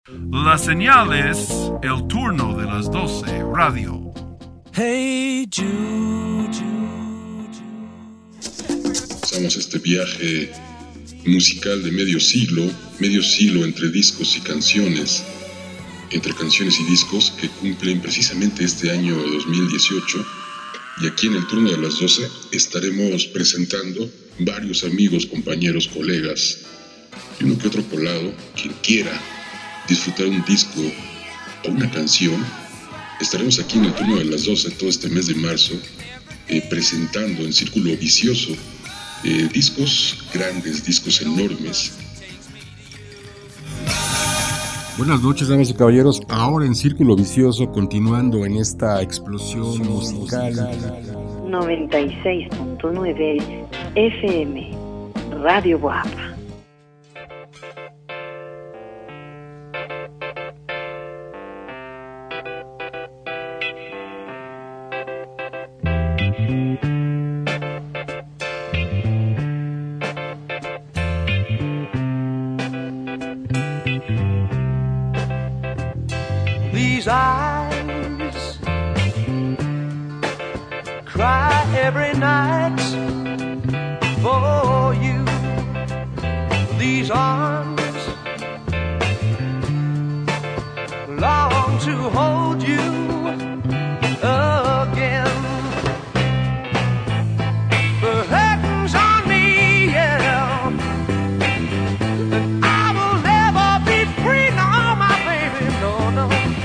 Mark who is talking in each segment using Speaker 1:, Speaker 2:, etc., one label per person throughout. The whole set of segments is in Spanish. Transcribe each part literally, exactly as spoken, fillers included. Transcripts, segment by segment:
Speaker 1: La señal es el turno de las doce, radio.
Speaker 2: Hey Jude, Jude,
Speaker 3: Jude. Pasamos este viaje musical de medio siglo, medio siglo entre discos y canciones, entre canciones y discos que cumplen precisamente este año dos mil dieciocho. Y aquí en el turno de las doce estaremos presentando varios amigos, compañeros, colegas y uno que otro colado, quien quiera disfrutar un disco o una canción. Estaremos aquí en el turno de las doce todo este mes de marzo eh, presentando en Círculo Vicioso eh, discos grandes, discos enormes.
Speaker 4: Buenas noches, damas y caballeros. Ahora en Círculo Vicioso, continuando en esta explosión musical.
Speaker 5: noventa y seis punto nueve F M, Radio Guapa.
Speaker 2: These eyes cry every night for you. These arms long to hold you again. The curtains on me, yeah, and I will never be free, no, my baby, no, no.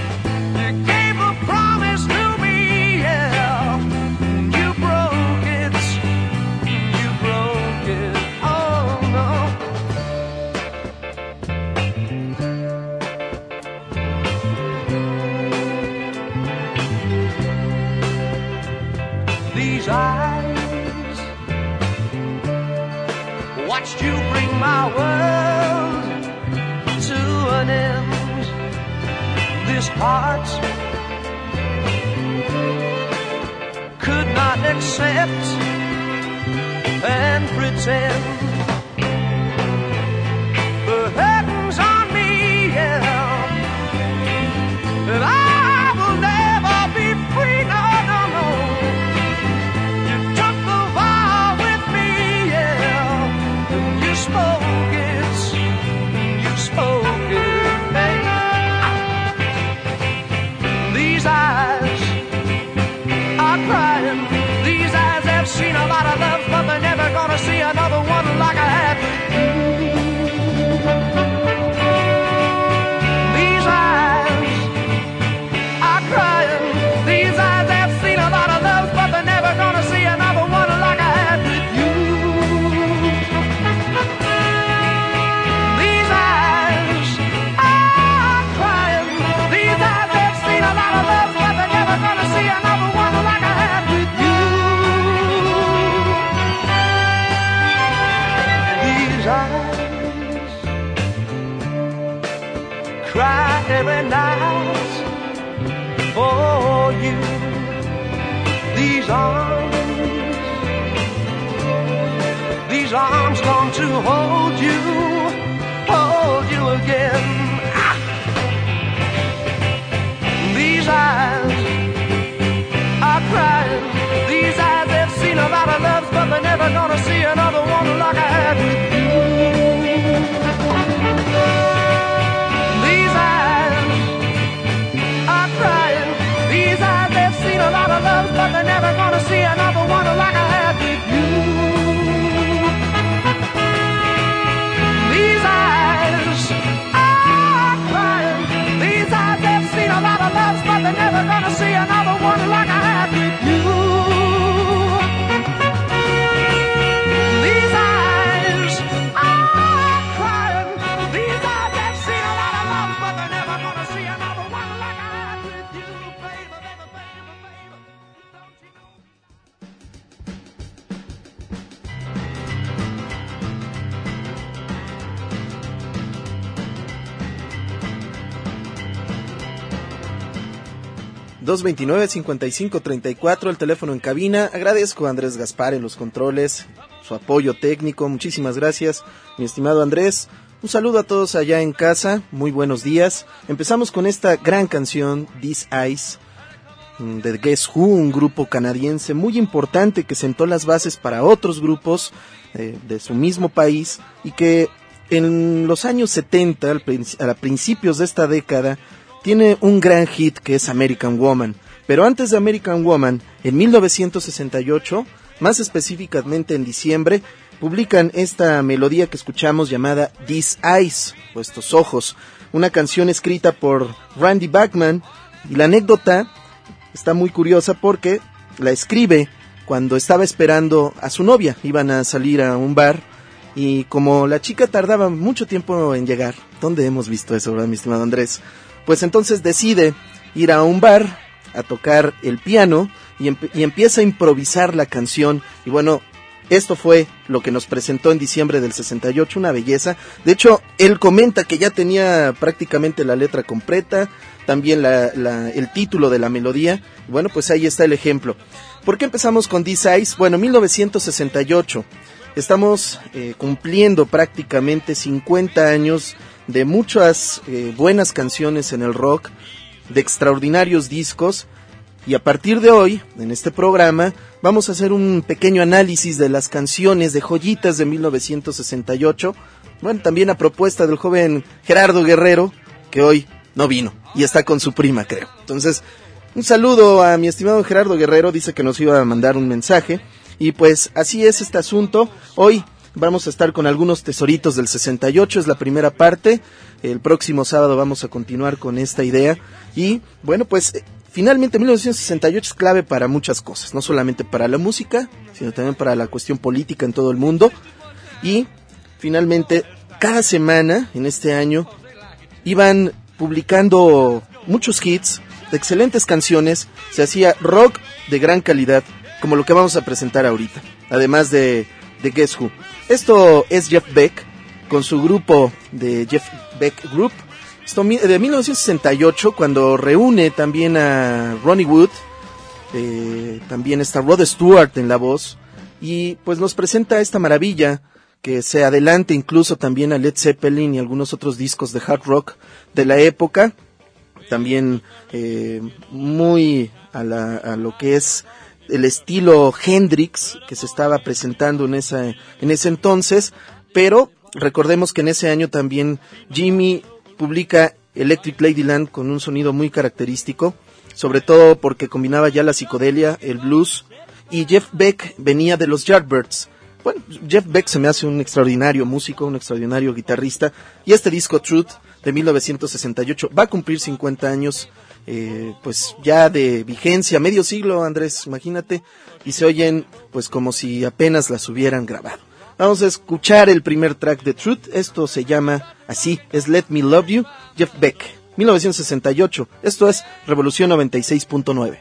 Speaker 2: Eyes watched you bring my world to an end. This heart could not accept and pretend. The curtains on me, yeah, and I will never be free, no, no, no. Spoke it, you spoke it, baby. These eyes are crying. These eyes have seen a lot of love, but they're never gonna see another one like I had with you. These eyes are crying. These eyes have seen a lot of love, but they're never gonna see another one like I had with you. Cry every night for you. These arms, these arms long to hold you, hold you again. Ah! These eyes are crying. These eyes have seen a lot of loves, but they're never gonna see another one like I had with you. A lot of love, but they're never gonna see another one like I had with you. These eyes are crying. These eyes have seen a lot of love, but they're never gonna see another one like I had with you. These eyes are crying. These eyes have seen a lot of love, but they're never gonna see another one like I had with you, baby, baby, baby.
Speaker 6: dos veintinueve, cincuenta y cinco, treinta y cuatro, el teléfono en cabina. Agradezco a Andrés Gaspar en los controles, su apoyo técnico. Muchísimas gracias, mi estimado Andrés. Un saludo a todos allá en casa, muy buenos días. Empezamos con esta gran canción, This Eyes, de Guess Who, un grupo canadiense muy importante que sentó las bases para otros grupos eh, de su mismo país y que en los años setenta, al princi- a principios de esta década, tiene un gran hit que es American Woman. Pero antes de American Woman, en mil novecientos sesenta y ocho, más específicamente en diciembre, publican esta melodía que escuchamos llamada These Eyes, o estos ojos, una canción escrita por Randy Bachman, y la anécdota está muy curiosa porque la escribe cuando estaba esperando a su novia. Iban a salir a un bar y como la chica tardaba mucho tiempo en llegar, ¿dónde hemos visto eso, verdad, mi estimado Andrés? Pues entonces decide ir a un bar a tocar el piano y, emp- y empieza a improvisar la canción. Y bueno, esto fue lo que nos presentó en diciembre del sesenta y ocho, una belleza. De hecho, él comenta que ya tenía prácticamente la letra completa, también la, la, el título de la melodía. Bueno, pues ahí está el ejemplo. ¿Por qué empezamos con These Eyes? Bueno, mil novecientos sesenta y ocho. Estamos eh, cumpliendo prácticamente cincuenta años de muchas eh, buenas canciones en el rock, de extraordinarios discos. Y a partir de hoy, en este programa, vamos a hacer un pequeño análisis de las canciones de joyitas de mil novecientos sesenta y ocho. Bueno, también a propuesta del joven Gerardo Guerrero, que hoy no vino y está con su prima, creo. Entonces, un saludo a mi estimado Gerardo Guerrero, dice que nos iba a mandar un mensaje. Y pues así es este asunto. Hoy vamos a estar con algunos tesoritos del sesenta y ocho, es la primera parte. El próximo sábado vamos a continuar con esta idea. Y bueno, pues finalmente mil novecientos sesenta y ocho es clave para muchas cosas, no solamente para la música, sino también para la cuestión política en todo el mundo. Y finalmente, cada semana en este año iban publicando muchos hits, excelentes canciones, se hacía rock de gran calidad, como lo que vamos a presentar ahorita, además de, de Guess Who. Esto es Jeff Beck, con su grupo de Jeff Beck Group, esto de mil novecientos sesenta y ocho, cuando reúne también a Ronnie Wood, eh, también está Rod Stewart en la voz, y pues nos presenta esta maravilla, que se adelanta incluso también a Led Zeppelin y algunos otros discos de hard rock de la época, también eh, muy a, la, a lo que es el estilo Hendrix que se estaba presentando en esa en ese entonces, pero recordemos que en ese año también Jimmy publica Electric Ladyland con un sonido muy característico, sobre todo porque combinaba ya la psicodelia, el blues, y Jeff Beck venía de los Yardbirds. Bueno, Jeff Beck se me hace un extraordinario músico, un extraordinario guitarrista, y este disco Truth de mil novecientos sesenta y ocho va a cumplir cincuenta años, eh, pues ya de vigencia, medio siglo, Andrés, imagínate, y se oyen pues como si apenas las hubieran grabado. Vamos a escuchar el primer track de Truth, esto se llama así, es Let Me Love You, Jeff Beck, mil novecientos sesenta y ocho, esto es Revolución noventa y seis punto nueve.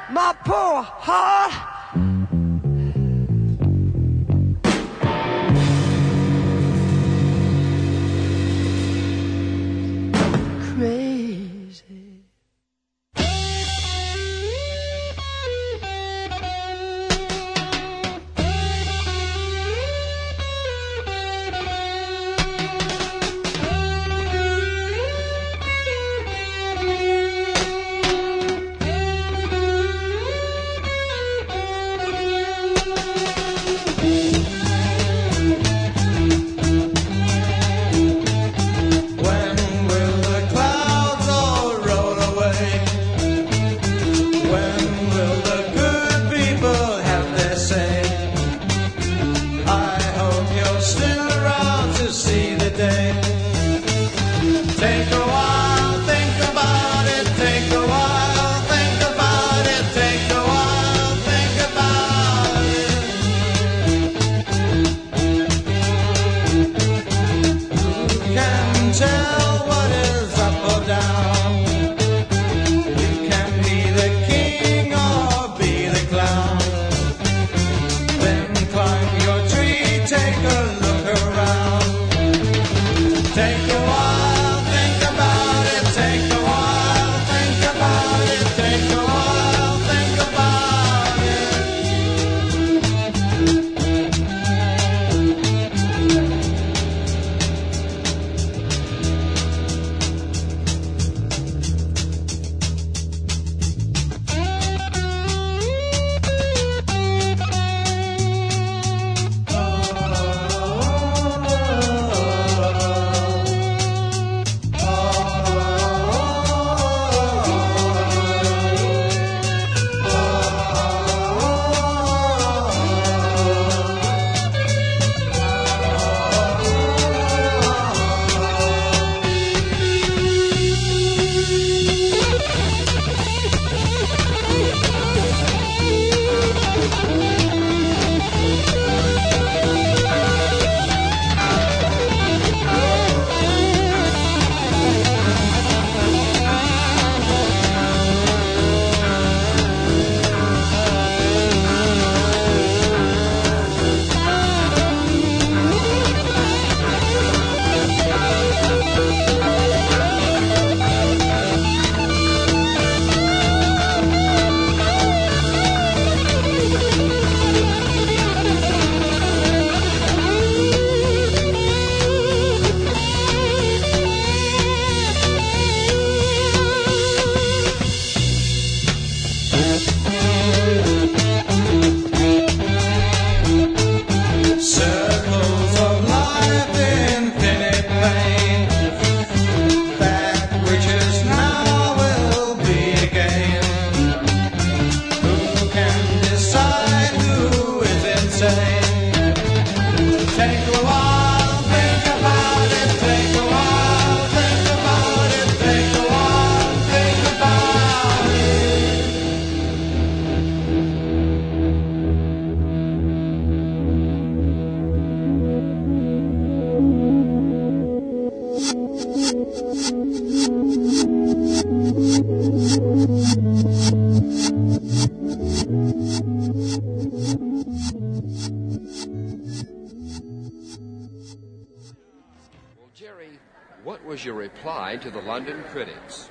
Speaker 2: my poor heart. Crazy.
Speaker 7: Your reply to the London critics.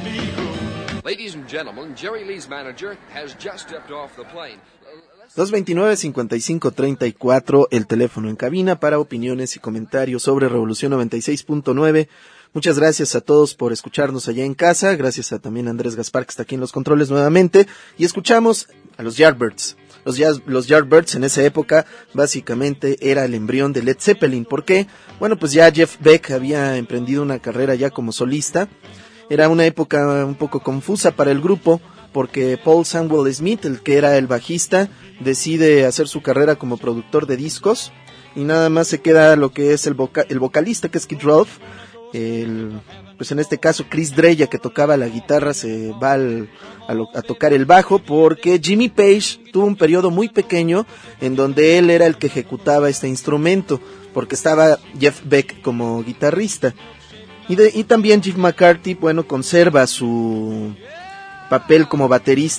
Speaker 7: Ladies and gentlemen, Jerry Lee's manager has just stepped off the plane.
Speaker 6: dos veintinueve, cincuenta y cinco, treinta y cuatro, el teléfono en cabina para opiniones y comentarios sobre Revolución noventa y seis punto nueve. Muchas gracias a todos por escucharnos allá en casa, gracias a también a Andrés Gaspar que está aquí en los controles nuevamente, y escuchamos a los Yardbirds. Los, jazz, los Yardbirds en esa época básicamente era el embrión de Led Zeppelin. ¿Por qué? Bueno, pues ya Jeff Beck había emprendido una carrera ya como solista. Era una época un poco confusa para el grupo porque Paul Samwell Smith, el que era el bajista, decide hacer su carrera como productor de discos y nada más se queda lo que es el, voca- el vocalista, que es Kid Rolf. El, pues en este caso Chris Dreja, que tocaba la guitarra, se va al, a, lo, a tocar el bajo porque Jimmy Page tuvo un periodo muy pequeño en donde él era el que ejecutaba este instrumento porque estaba Jeff Beck como guitarrista y, de, y también Jim McCarthy, bueno, conserva su papel como baterista.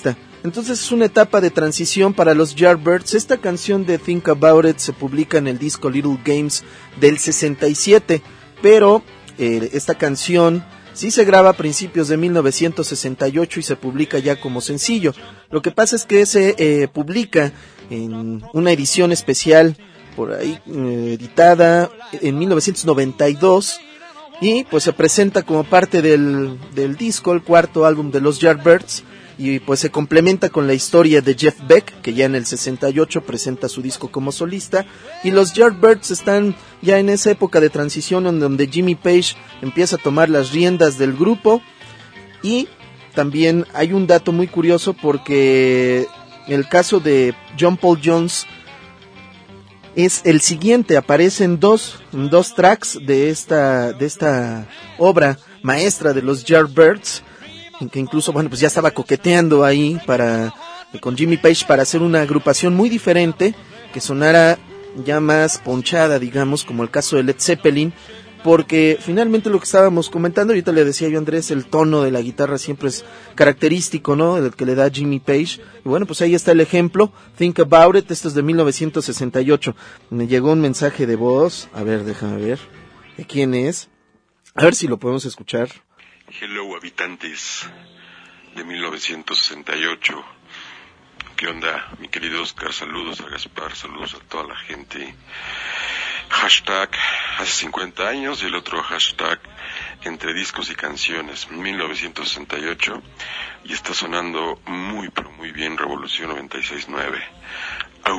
Speaker 6: Entonces es una etapa de transición para los Yardbirds. Esta canción de Think About It se publica en el disco Little Games del sesenta y siete, pero eh, esta canción sí se graba a principios de mil novecientos sesenta y ocho y se publica ya como sencillo. Lo que pasa es que se eh, publica en una edición especial por ahí eh, editada en mil novecientos noventa y dos y pues se presenta como parte del, del disco, el cuarto álbum de los Yardbirds, y pues se complementa con la historia de Jeff Beck, que ya en el sesenta y ocho presenta su disco como solista, y los Yardbirds están ya en esa época de transición en donde Jimmy Page empieza a tomar las riendas del grupo. Y también hay un dato muy curioso, porque el caso de John Paul Jones es el siguiente, aparecen dos, dos tracks de esta, de esta obra maestra de los Yardbirds, en que incluso, bueno, pues ya estaba coqueteando ahí para, con Jimmy Page para hacer una agrupación muy diferente, que sonara ya más ponchada, digamos, como el caso de Led Zeppelin, porque finalmente lo que estábamos comentando, ahorita le decía yo a Andrés, el tono de la guitarra siempre es característico, ¿no?, el que le da Jimmy Page, y bueno, pues ahí está el ejemplo, Think About It, esto es de mil novecientos sesenta y ocho, me llegó un mensaje de voz, a ver, déjame ver, ¿de quién es? A ver si lo podemos escuchar.
Speaker 3: Hello, habitantes de mil novecientos sesenta y ocho, ¿qué onda, mi querido Oscar? Saludos a Gaspar, saludos a toda la gente. Hashtag hace cincuenta años y el otro hashtag entre discos y canciones, mil novecientos sesenta y ocho, y está sonando muy pero muy bien Revolución noventa y seis punto nueve. Au.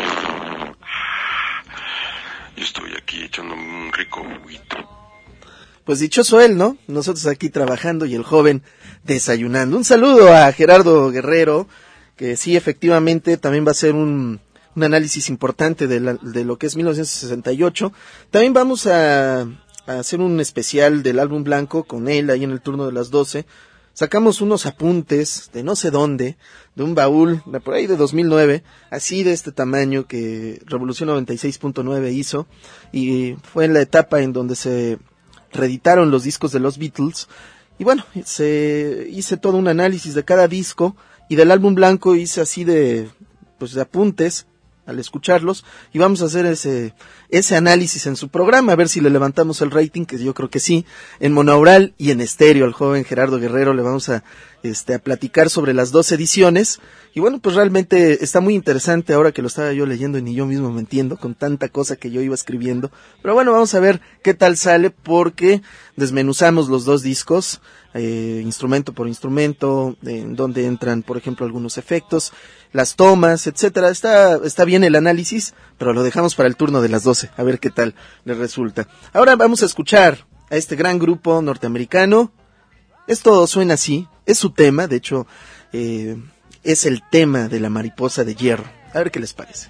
Speaker 3: Yo estoy aquí echando un rico juguito.
Speaker 6: Pues dichoso él, ¿no? Nosotros aquí trabajando y el joven desayunando. Un saludo a Gerardo Guerrero, que sí, efectivamente, también va a ser un, un análisis importante de, la, de lo que es mil novecientos sesenta y ocho. También vamos a, a hacer un especial del álbum blanco con él ahí en el turno de las doce. Sacamos unos apuntes de no sé dónde, de un baúl de por ahí de dos mil nueve, así de este tamaño que Revolución noventa y seis punto nueve hizo, y fue en la etapa en donde se reeditaron los discos de los Beatles, y bueno, se hice todo un análisis de cada disco, y del álbum blanco hice así de, pues de apuntes al escucharlos, y vamos a hacer ese, ese análisis en su programa, a ver si le levantamos el rating, que yo creo que sí, en monaural y en estéreo. Al joven Gerardo Guerrero le vamos a, este, a platicar sobre las dos ediciones, y bueno, pues realmente está muy interesante ahora que lo estaba yo leyendo y ni yo mismo me entiendo, con tanta cosa que yo iba escribiendo, pero bueno, vamos a ver qué tal sale, porque desmenuzamos los dos discos, eh, instrumento por instrumento, en donde entran, por ejemplo, algunos efectos, las tomas, etcétera. Está, está bien el análisis, pero lo dejamos para el turno de las doce, a ver qué tal les resulta. Ahora vamos a escuchar a este gran grupo norteamericano. Esto suena así, es su tema, de hecho, eh, es el tema de la mariposa de hierro. A ver qué les parece.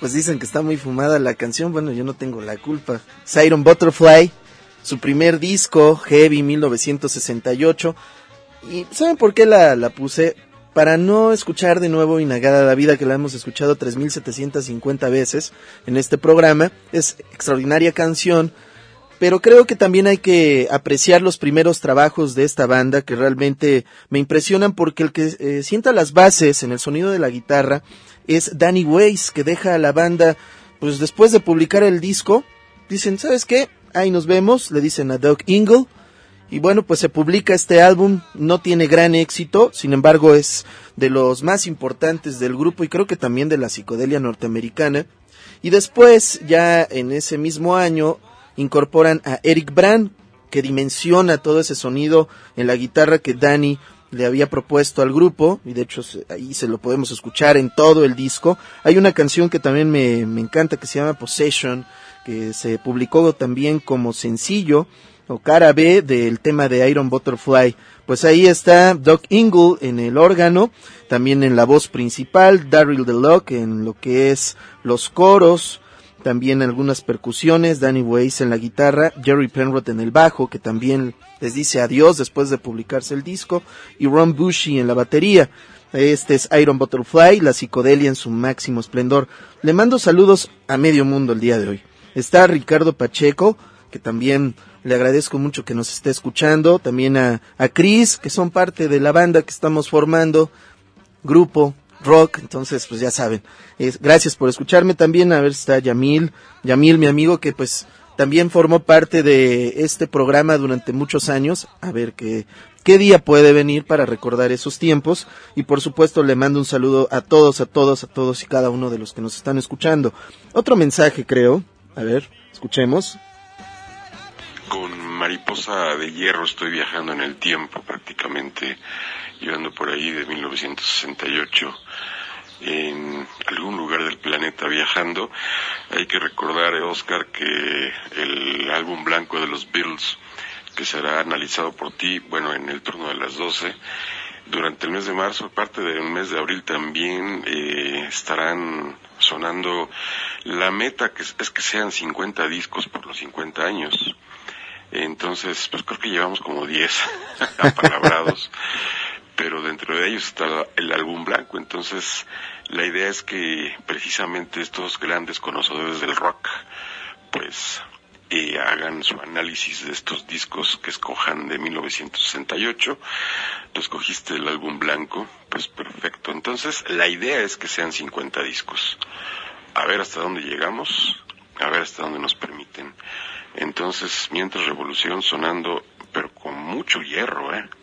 Speaker 6: Pues dicen que está muy fumada la canción, bueno, yo no tengo la culpa. Es Iron Butterfly, su primer disco, Heavy, mil novecientos sesenta y ocho. Y ¿saben por qué la, la puse? Para no escuchar de nuevo Inagada la Vida, que la hemos escuchado tres mil setecientas cincuenta veces en este programa. Es extraordinaria canción, pero creo que también hay que apreciar los primeros trabajos de esta banda, que realmente me impresionan, porque el que eh, sienta las bases en el sonido de la guitarra es Danny Weiss, que deja a la banda, pues después de publicar el disco, dicen, ¿sabes qué? Ahí nos vemos, le dicen a Doug Ingle, y bueno, pues se publica este álbum, no tiene gran éxito, sin embargo es de los más importantes del grupo y creo que también de la psicodelia norteamericana. Y después, ya en ese mismo año, incorporan a Eric Brand, que dimensiona todo ese sonido en la guitarra que Danny le había propuesto al grupo, y de hecho ahí se lo podemos escuchar en todo el disco. Hay una canción que también me, me encanta, que se llama Possession, que se publicó también como sencillo, o cara B del tema de Iron Butterfly. Pues ahí está Doug Ingle en el órgano, también en la voz principal, Daryl DeLocke en lo que es los coros, también algunas percusiones, Danny Weiss en la guitarra, Jerry Penrod en el bajo, que también les dice adiós después de publicarse el disco, y Ron Bushy en la batería. Este es Iron Butterfly, la psicodelia en su máximo esplendor. Le mando saludos a medio mundo el día de hoy. Está Ricardo Pacheco, que también le agradezco mucho que nos esté escuchando, también a, a Chris, que son parte de la banda que estamos formando, grupo rock, entonces pues ya saben, eh, gracias por escucharme. También a ver si está Yamil, Yamil mi amigo, que pues también formó parte de este programa durante muchos años, a ver qué, qué día puede venir para recordar esos tiempos, y por supuesto le mando un saludo a todos, a todos, a todos y cada uno de los que nos están escuchando. Otro mensaje creo, a ver, escuchemos.
Speaker 3: Con Mariposa de Hierro estoy viajando en el tiempo prácticamente, llevando por ahí de mil novecientos sesenta y ocho en algún lugar del planeta viajando. Hay que recordar, Oscar, que el álbum blanco de los Beatles, que será analizado por ti, bueno, en el turno de las doce, durante el mes de marzo, parte del mes de abril también eh, estarán sonando. La meta que es, es que sean cincuenta discos por los cincuenta años. Entonces, pues creo que llevamos como diez apalabrados, pero dentro de ellos está el álbum blanco. Entonces, la idea es que precisamente estos grandes conocedores del rock, pues, eh, hagan su análisis de estos discos que escojan de mil novecientos sesenta y ocho. Tú escogiste el álbum blanco, pues perfecto. Entonces, la idea es que sean cincuenta discos. A ver hasta dónde llegamos, a ver hasta dónde nos permiten. Entonces, mientras Revolución sonando, pero con mucho hierro, ¿eh?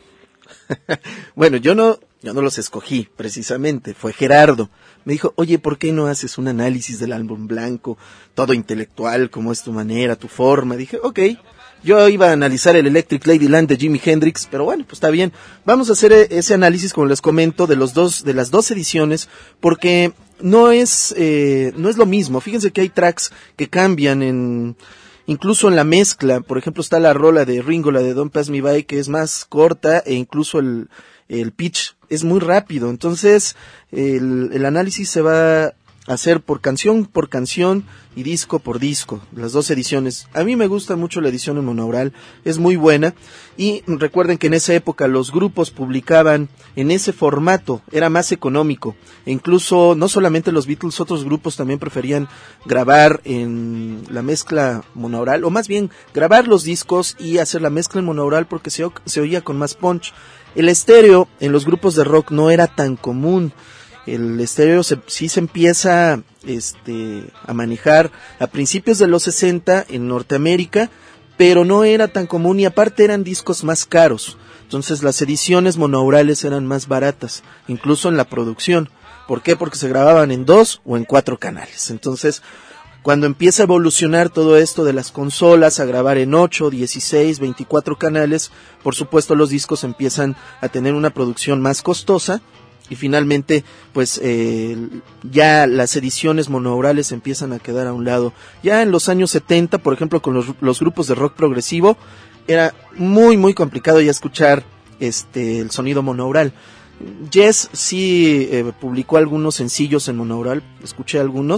Speaker 6: Bueno, yo no, yo no los escogí, precisamente, fue Gerardo. Me dijo, oye, ¿por qué no haces un análisis del álbum blanco, todo intelectual, como es tu manera, tu forma? Dije, ok, yo iba a analizar el Electric Ladyland de Jimi Hendrix, pero bueno, pues está bien. Vamos a hacer ese análisis, como les comento, de los dos, de las dos ediciones, porque no es, eh, no es lo mismo. Fíjense que hay tracks que cambian en... Incluso en la mezcla, por ejemplo, está la rola de Ringo, la de Don't Pass Me By, que es más corta, e incluso el, el pitch es muy rápido. Entonces, el, el análisis se va a hacer por canción por canción y disco por disco, las dos ediciones. A mí me gusta mucho la edición en monaural, es muy buena. Y recuerden que en esa época los grupos publicaban en ese formato, era más económico. E incluso, no solamente los Beatles, otros grupos también preferían grabar en la mezcla monaural, o más bien grabar los discos y hacer la mezcla en monaural porque se, se oía con más punch. El estéreo en los grupos de rock no era tan común. El estéreo se, sí se empieza este, a manejar a principios de los sesenta en Norteamérica, pero no era tan común y aparte eran discos más caros. Entonces las ediciones monaurales eran más baratas, incluso en la producción. ¿Por qué? Porque se grababan en dos o en cuatro canales. Entonces, cuando empieza a evolucionar todo esto de las consolas, a grabar en ocho, dieciséis, veinticuatro canales, por supuesto los discos empiezan a tener una producción más costosa. Y finalmente, pues eh, ya las ediciones monoaurales empiezan a quedar a un lado. Ya en los años setenta, por ejemplo, con los, los grupos de rock progresivo, era muy, muy complicado ya escuchar este el sonido monaural. Yes sí eh, publicó algunos sencillos en monaural, escuché algunos,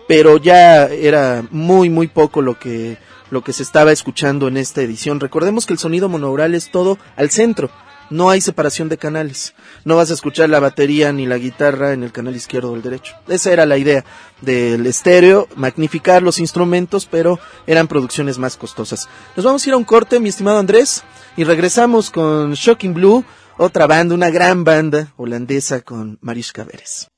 Speaker 6: pero ya era muy muy poco lo que lo que se estaba escuchando en esta edición. Recordemos que el sonido monaural es todo al centro, no hay separación de canales, no vas a escuchar la batería ni la guitarra en el canal izquierdo o el derecho. Esa era la idea del estéreo, magnificar los instrumentos, pero eran producciones más costosas. Nos vamos a ir a un corte, mi estimado Andrés, y regresamos con Shocking Blue, otra banda, una gran banda holandesa con Mariska Veres.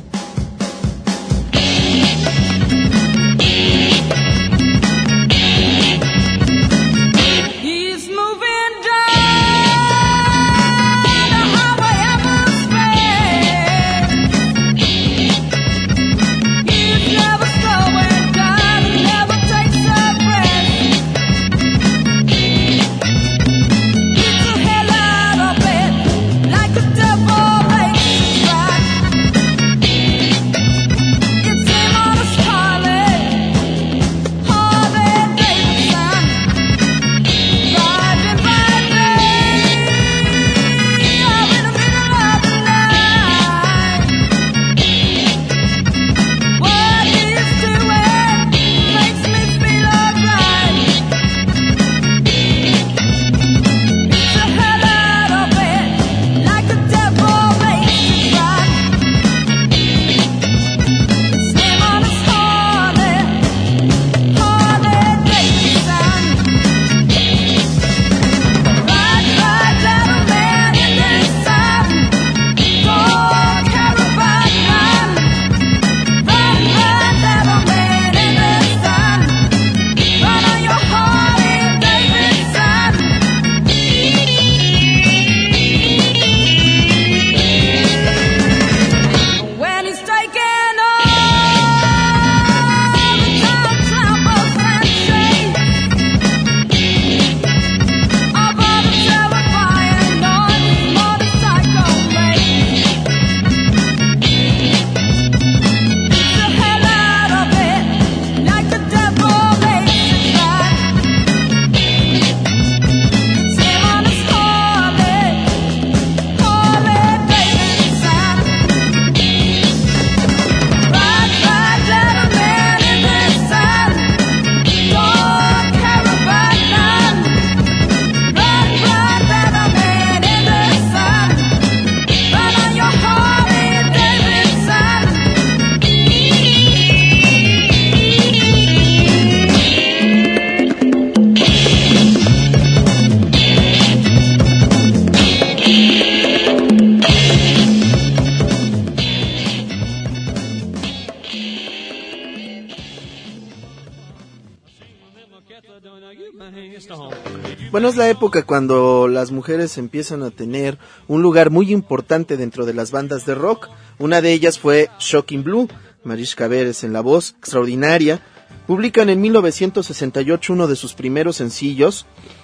Speaker 6: Bueno, es la época cuando las mujeres empiezan a tener un lugar muy importante dentro de las bandas de rock. Una de ellas fue Shocking Blue, Mariska Veres en la voz, extraordinaria. Publican en mil novecientos sesenta y ocho uno de sus primeros sencillos,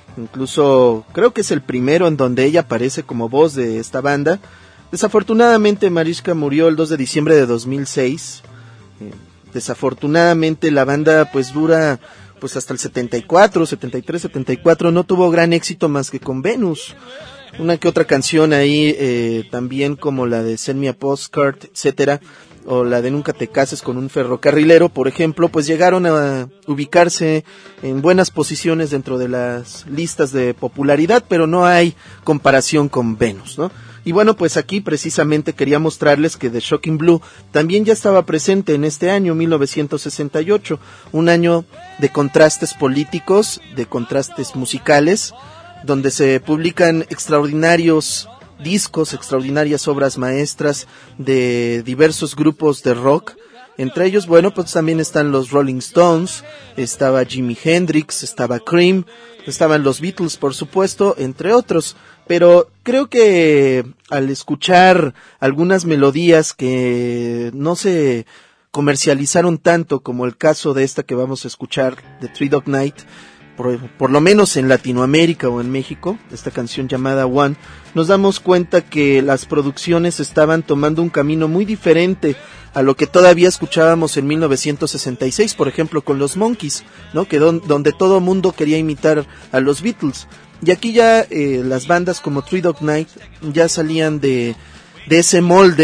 Speaker 6: incluso creo que es el primero en donde ella aparece como voz de esta banda. Desafortunadamente Mariska murió el dos de diciembre de dos mil seis. Eh, desafortunadamente la banda pues dura pues hasta el setenta y cuatro, setenta y tres, setenta y cuatro, no tuvo gran éxito más que con Venus. Una que otra canción ahí, eh, también como la de Send Me a Postcard, etcétera, o la de Nunca te cases con un ferrocarrilero, por ejemplo, pues llegaron a ubicarse en buenas posiciones dentro de las listas de popularidad, pero no hay comparación con Venus, ¿no? Y bueno, pues aquí precisamente quería mostrarles que The Shocking Blue también ya estaba presente en este año, mil novecientos sesenta y ocho, un año de contrastes políticos, de contrastes musicales, donde se publican extraordinarios discos, extraordinarias obras maestras de diversos grupos de rock. Entre ellos, bueno, pues también están los Rolling Stones, estaba Jimi Hendrix, estaba Cream, estaban los Beatles, por supuesto, entre otros. Pero creo que al escuchar algunas melodías que no se comercializaron tanto como el caso de esta que vamos a escuchar, de Three Dog Night, por, por lo menos en Latinoamérica o en México, esta canción llamada One, nos damos cuenta que las producciones estaban tomando un camino muy diferente a lo que todavía escuchábamos en mil novecientos sesenta y seis, por ejemplo, con los Monkees, ¿no? Que don, donde todo mundo quería imitar a los Beatles. Y aquí ya eh, las bandas como Three Dog Night ya salían de, de ese molde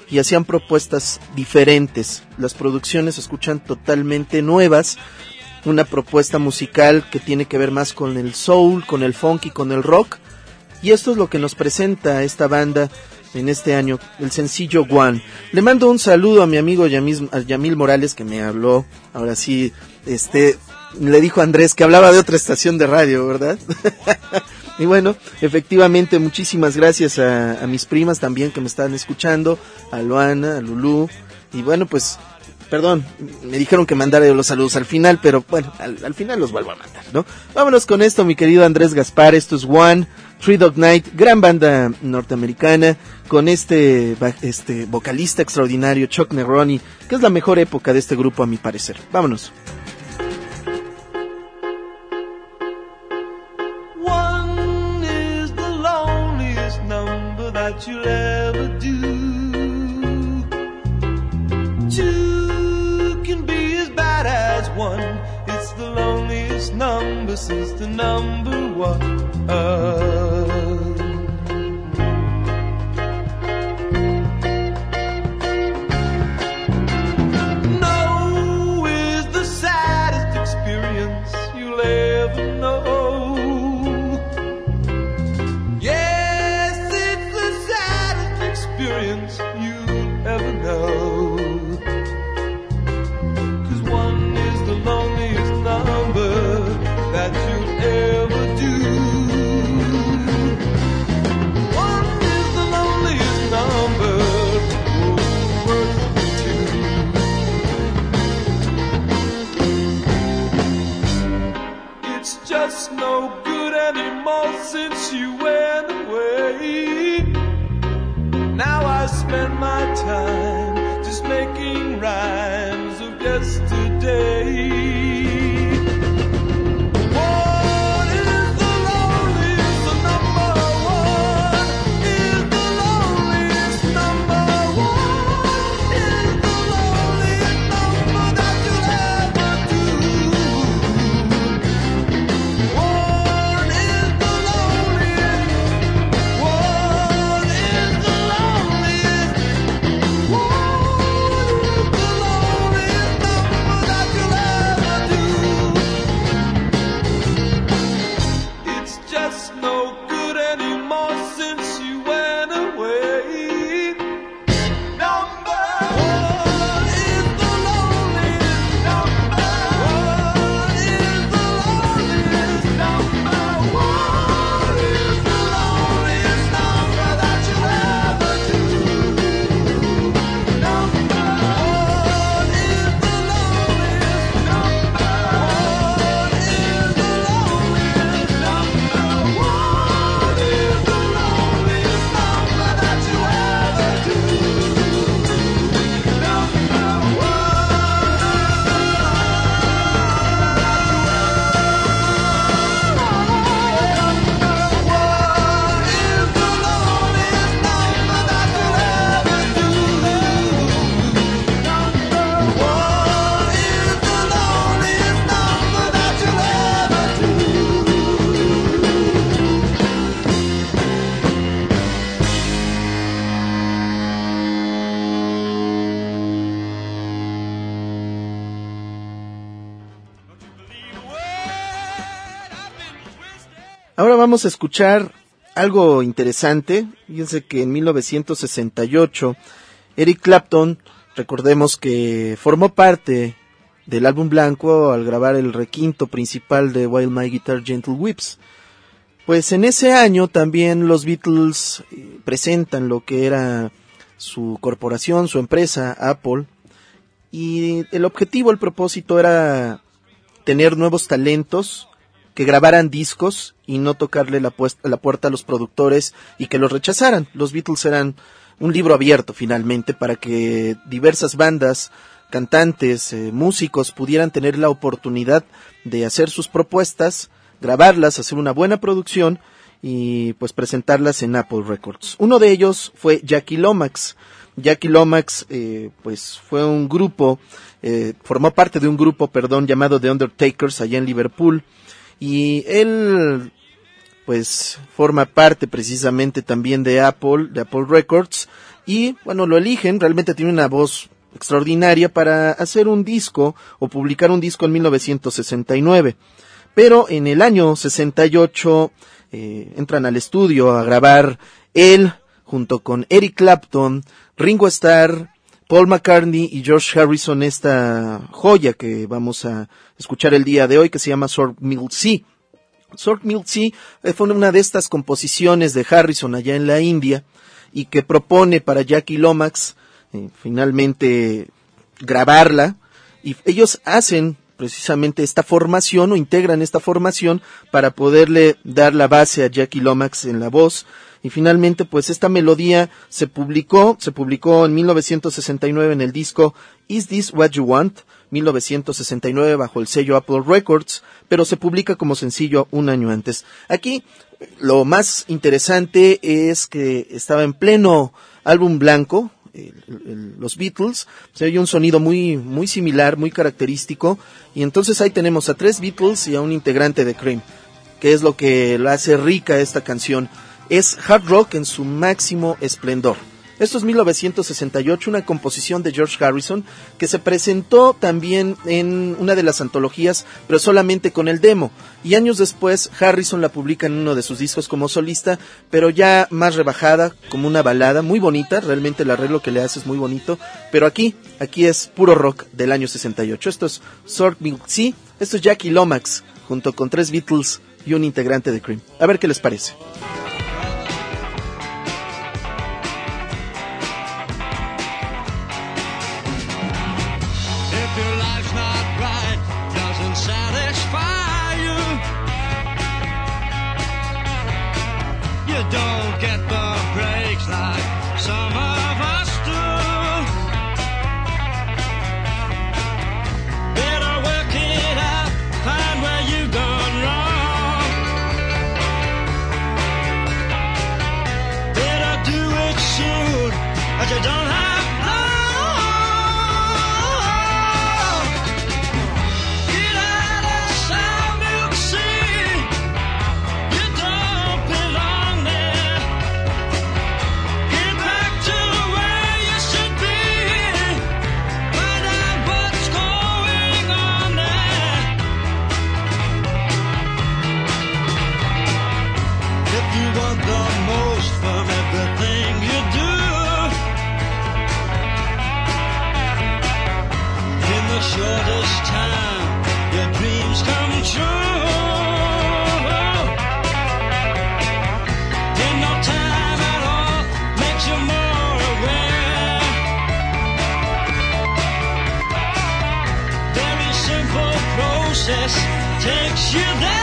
Speaker 6: y hacían propuestas diferentes. Las producciones se escuchan totalmente nuevas, una propuesta musical que tiene que ver más con el soul, con el funk y con el rock, y esto es lo que nos presenta esta banda en este año, el sencillo One. Le mando un saludo a mi amigo Yamil, a Yamil Morales, que me habló, ahora sí, este, le dijo a Andrés que hablaba de otra estación de radio, ¿verdad? Y bueno, efectivamente, muchísimas gracias a, a mis primas también que me están escuchando, a Luana, a Lulú, y bueno, pues, perdón, me dijeron que mandara los saludos al final, pero bueno, al, al final los vuelvo a mandar, ¿no? Vámonos con esto, mi querido Andrés Gaspar, esto es One, Three Dog Night, gran banda norteamericana, con este, este vocalista extraordinario, Chuck Neroni, que es la mejor época de este grupo a mi parecer. Vámonos.
Speaker 2: One is the loneliest number that you'll ever do. Two can be as bad as one. It's the loneliest number since the number one. No is the saddest experience you'll ever know. Yes, it's the saddest experience you'll ever know. 'Cause one is the loneliest number that you'll ever do. One is the loneliest number, oh, worse than two. It's just no good anymore since you went away. Now I spend my time just making rhymes of yesterday.
Speaker 6: Ahora vamos a escuchar algo interesante. Fíjense que en mil novecientos sesenta y ocho Eric Clapton, recordemos que formó parte del álbum blanco al grabar el requinto principal de While My Guitar Gently Weeps. Pues en ese año también los Beatles presentan lo que era su corporación, su empresa, Apple, y el objetivo, el propósito era tener nuevos talentos que grabaran discos y no tocarle la, puesta, la puerta a los productores y que los rechazaran. Los Beatles eran un libro abierto finalmente para que diversas bandas, cantantes, eh, músicos pudieran tener la oportunidad de hacer sus propuestas, grabarlas, hacer una buena producción y pues presentarlas en Apple Records. Uno de ellos fue Jackie Lomax. Jackie Lomax eh, pues fue un grupo, eh, formó parte de un grupo, perdón, llamado The Undertakers allá en Liverpool, y él pues forma parte precisamente también de Apple, de Apple Records, y bueno, lo eligen, realmente tiene una voz extraordinaria para hacer un disco o publicar un disco en mil novecientos sesenta y nueve. Pero en el año sesenta y ocho eh, entran al estudio a grabar él junto con Eric Clapton, Ringo Starr, Paul McCartney y George Harrison, esta joya que vamos a escuchar el día de hoy, que se llama Sword Milk Sea. Sword Milk Sea fue una de estas composiciones de Harrison allá en la India y que propone para Jackie Lomax eh, finalmente grabarla, y ellos hacen precisamente esta formación o integran esta formación para poderle dar la base a Jackie Lomax en la voz. Y finalmente, pues esta melodía se publicó, se publicó en mil novecientos sesenta y nueve en el disco Is This What You Want, mil novecientos sesenta y nueve bajo el sello Apple Records, pero se publica como sencillo un año antes. Aquí lo más interesante es que estaba en pleno álbum blanco, el, el, los Beatles, se oye un sonido muy, muy similar, muy característico, y entonces ahí tenemos a tres Beatles y a un integrante de Cream, que es lo que la hace rica esta canción. Es hard rock en su máximo esplendor. Esto es mil novecientos sesenta y ocho, una composición de George Harrison que se presentó también en una de las antologías, pero solamente con el demo. Y años después Harrison la publica en uno de sus discos como solista, pero ya más rebajada, como una balada muy bonita. Realmente el arreglo que le hace es muy bonito, pero aquí, aquí es puro rock del año sesenta y ocho. Esto es Sword Milk Sea, esto es Jackie Lomax, junto con tres Beatles y un integrante de Cream. A ver qué les parece.
Speaker 2: Don't get the breaks like some of us do. Better work it out, find where you've gone wrong. Better do it soon, but you don't have shortest time, your dreams come true. In no time at all, makes you more aware. Very simple process takes you there.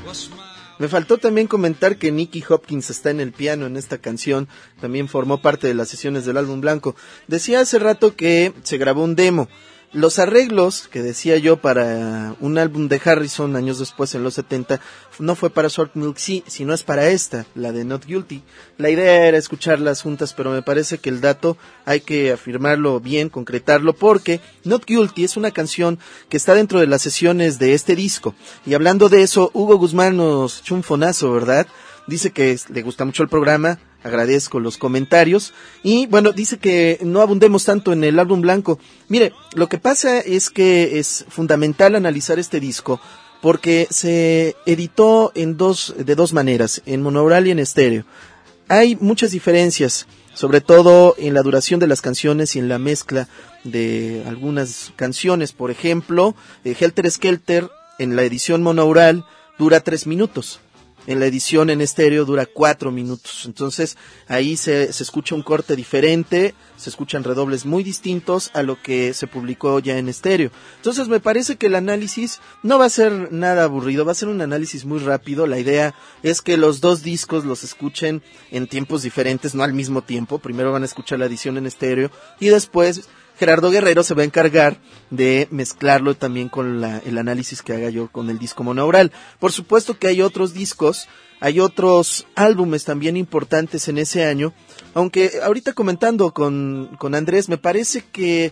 Speaker 6: Me faltó también comentar que Nicky Hopkins está en el piano en esta canción, también formó parte de las sesiones del álbum blanco. Decía hace rato que se grabó un demo. Los arreglos que decía yo para un álbum de Harrison años después en los setenta no fue para Salt Milk Sea, sino es para esta, la de Not Guilty. La idea era escucharlas juntas, pero me parece que el dato hay que afirmarlo bien, concretarlo, porque Not Guilty es una canción que está dentro de las sesiones de este disco. Y hablando de eso, Hugo Guzmán nos echó un fonazo, ¿verdad? Dice que le gusta mucho el programa, agradezco los comentarios, y bueno, dice que no abundemos tanto en el álbum blanco. Mire, lo que pasa es que es fundamental analizar este disco, porque se editó en dos, de dos maneras, en monaural y en estéreo. Hay muchas diferencias, sobre todo en la duración de las canciones y en la mezcla de algunas canciones. Por ejemplo, eh, Helter Skelter en la edición monaural dura tres minutos. En la edición en estéreo dura cuatro minutos. Entonces ahí se, se escucha un corte diferente, se escuchan redobles muy distintos a lo que se publicó ya en estéreo. Entonces me parece que el análisis no va a ser nada aburrido, va a ser un análisis muy rápido. La idea es que los dos discos los escuchen en tiempos diferentes, no al mismo tiempo. Primero van a escuchar la edición en estéreo y después Gerardo Guerrero se va a encargar de mezclarlo también con la, el análisis que haga yo con el disco monaural. Por supuesto que hay otros discos, hay otros álbumes también importantes en ese año, aunque ahorita comentando con, con Andrés, me parece que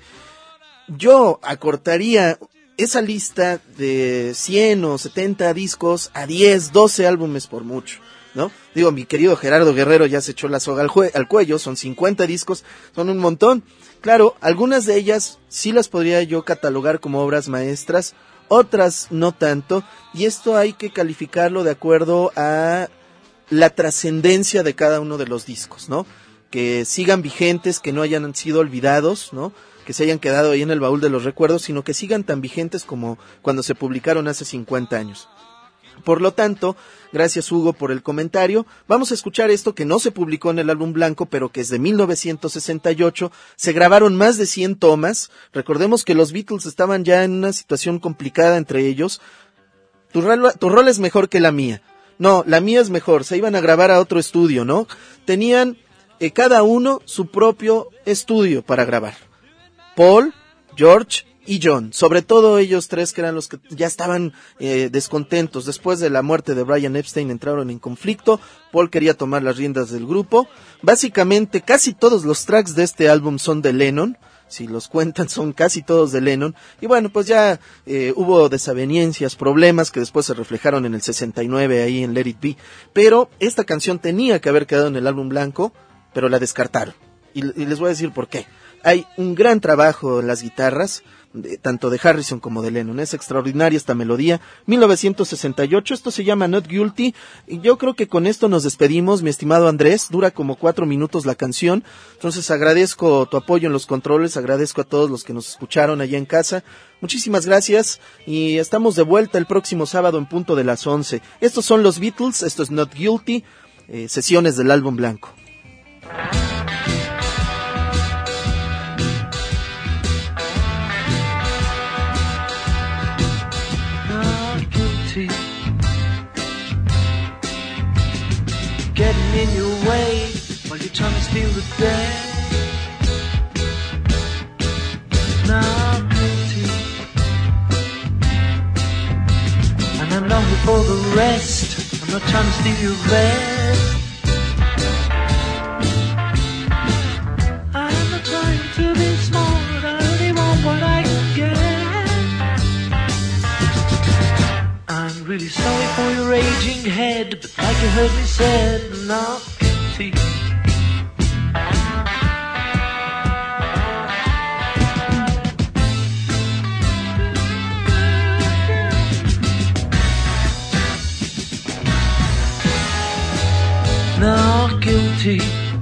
Speaker 6: yo acortaría esa lista de cien o setenta discos a diez, doce álbumes por mucho, ¿no? Digo, mi querido Gerardo Guerrero ya se echó la soga al, jue- al cuello, son cincuenta discos, son un montón. Claro, algunas de ellas sí las podría yo catalogar como obras maestras, otras no tanto, y esto hay que calificarlo de acuerdo a la trascendencia de cada uno de los discos, ¿no? Que sigan vigentes, que no hayan sido olvidados, ¿no? Que se hayan quedado ahí en el baúl de los recuerdos, sino que sigan tan vigentes como cuando se publicaron hace cincuenta años. Por lo tanto, gracias Hugo por el comentario. Vamos a escuchar esto que no se publicó en el álbum blanco, pero que es de mil novecientos sesenta y ocho. Se grabaron más de cien tomas. Recordemos que los Beatles estaban ya en una situación complicada entre ellos. Tu rol, tu rol es mejor que la mía. No, la mía es mejor. Se iban a grabar a otro estudio, ¿no? Tenían eh, cada uno su propio estudio para grabar. Paul, George y John, sobre todo ellos tres que eran los que ya estaban eh, descontentos. Después de la muerte de Brian Epstein entraron en conflicto, Paul quería tomar las riendas del grupo. Básicamente casi todos los tracks de este álbum son de Lennon, si los cuentan son casi todos de Lennon, y bueno, pues ya eh, hubo desavenencias, problemas que después se reflejaron en el sesenta y nueve ahí en Let It Be, pero esta canción tenía que haber quedado en el álbum blanco, pero la descartaron, y, y les voy a decir por qué. Hay un gran trabajo en las guitarras, de, tanto de Harrison como de Lennon. Es extraordinaria esta melodía. mil novecientos sesenta y ocho, esto se llama Not Guilty. Y yo creo que con esto nos despedimos, mi estimado Andrés. Dura como cuatro minutos la canción. Entonces agradezco tu apoyo en los controles, agradezco a todos los que nos escucharon allá en casa. Muchísimas gracias y estamos de vuelta el próximo sábado en punto de las once. Estos son los Beatles, esto es Not Guilty, eh, sesiones del álbum blanco.
Speaker 8: Getting in your way while you're trying to steal the day. Not guilty. And I'm not here for the rest. I'm not trying to steal your rest. I'm not trying to be smart. I only want what I can get. I'm really sorry for your aging head, but like you heard me said, not guilty. Not guilty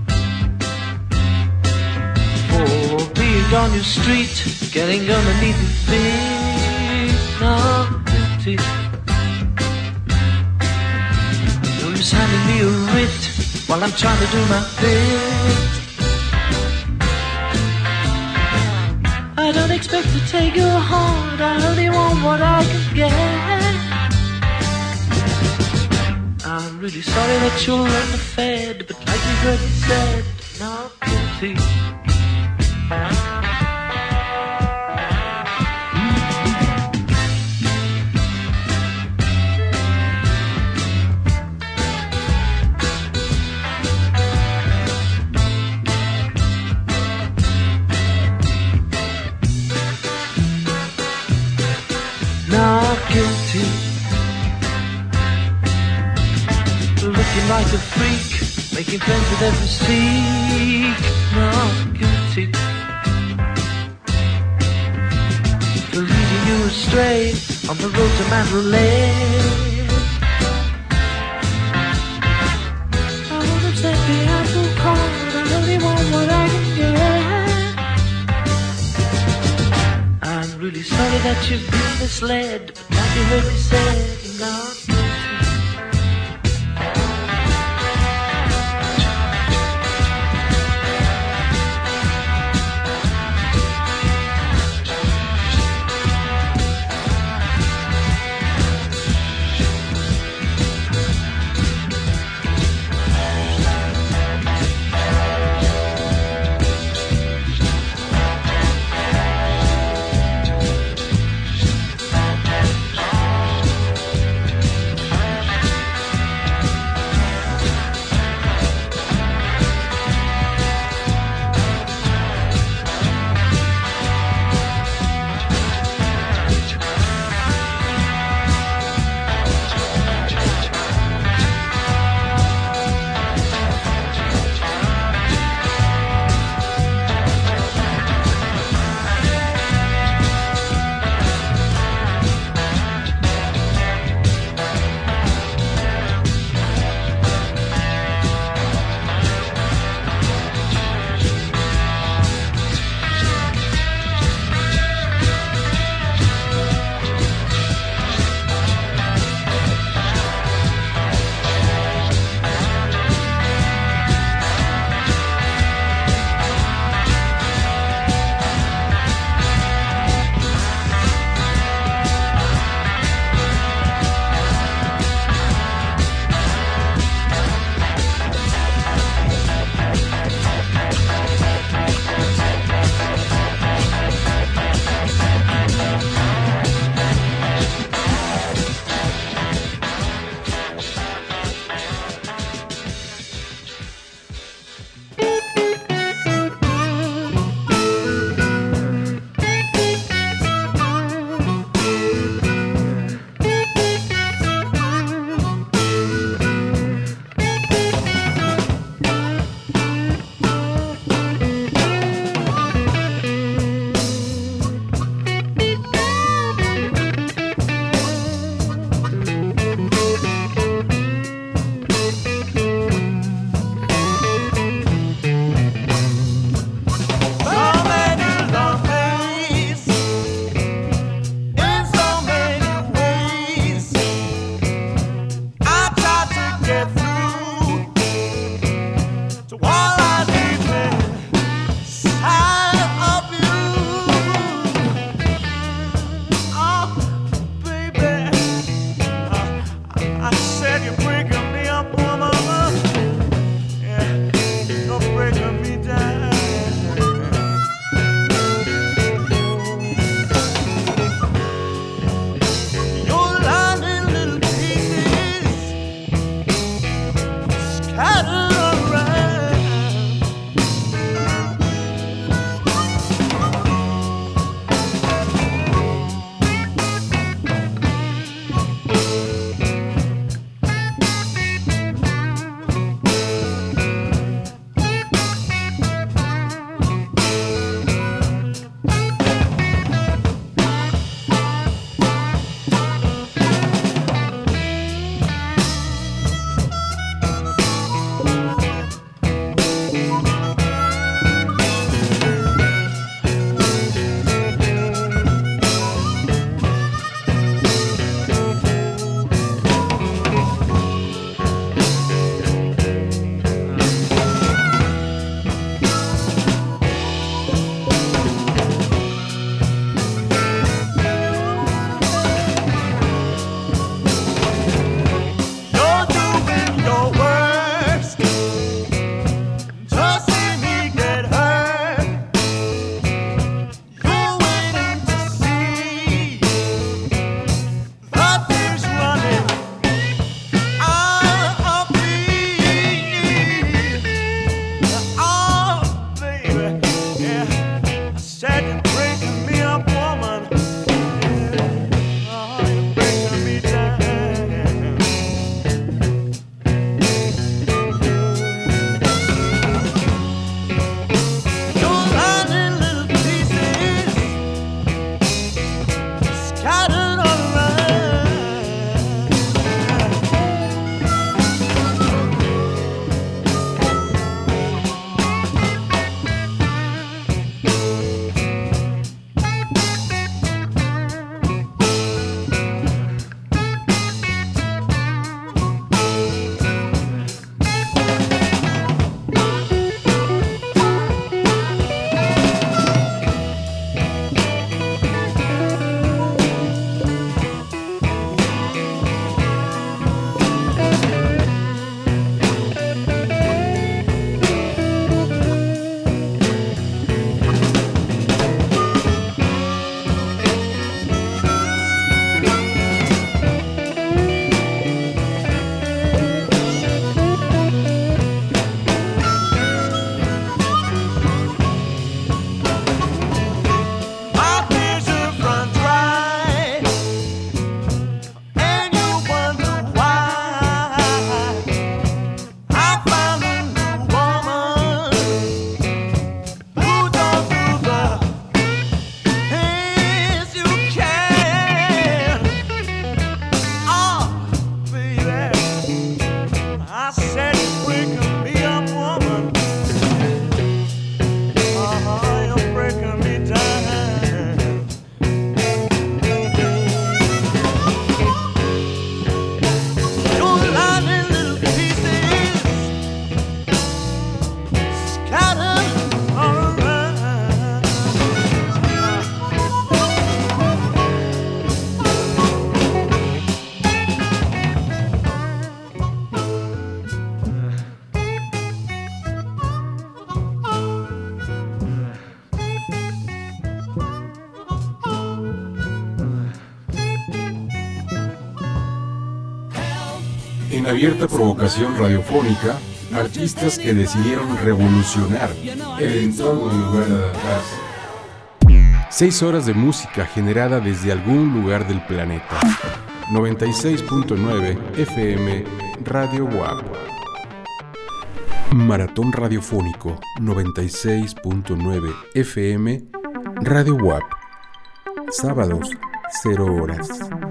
Speaker 8: for being on your street, getting underneath your feet. Not guilty. Just handing me a writ while I'm trying to do my bit. I don't expect to take your heart, I only want what I can get. really sorry that you're underfed, but like you heard me said, not guilty. Not guilty. Looking like a freak, making friends with every streak. Not guilty. For leading you astray on the road to Mandalay. I wanna take the apple card, I really want what I can get. I'm really sorry that you've been misled, but like you heard me say, you're not guilty.
Speaker 4: En abierta provocación radiofónica, artistas que decidieron revolucionar el entorno en lugar de adaptarse. Seis horas de música generada desde algún lugar del planeta. noventa y seis punto nueve F M Radio W A P. Maratón radiofónico noventa y seis punto nueve F M Radio W A P. Sábados, cero horas.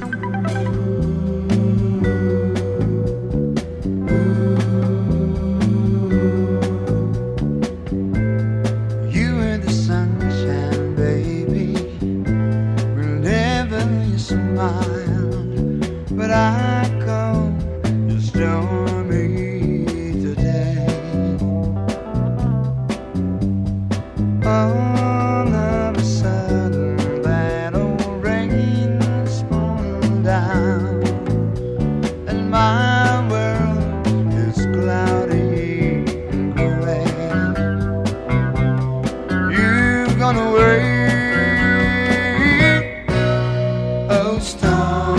Speaker 9: I come to stormy today. All of a sudden that old rain's falling down, and my world is cloudy and gray. You've gone away. Oh, storm.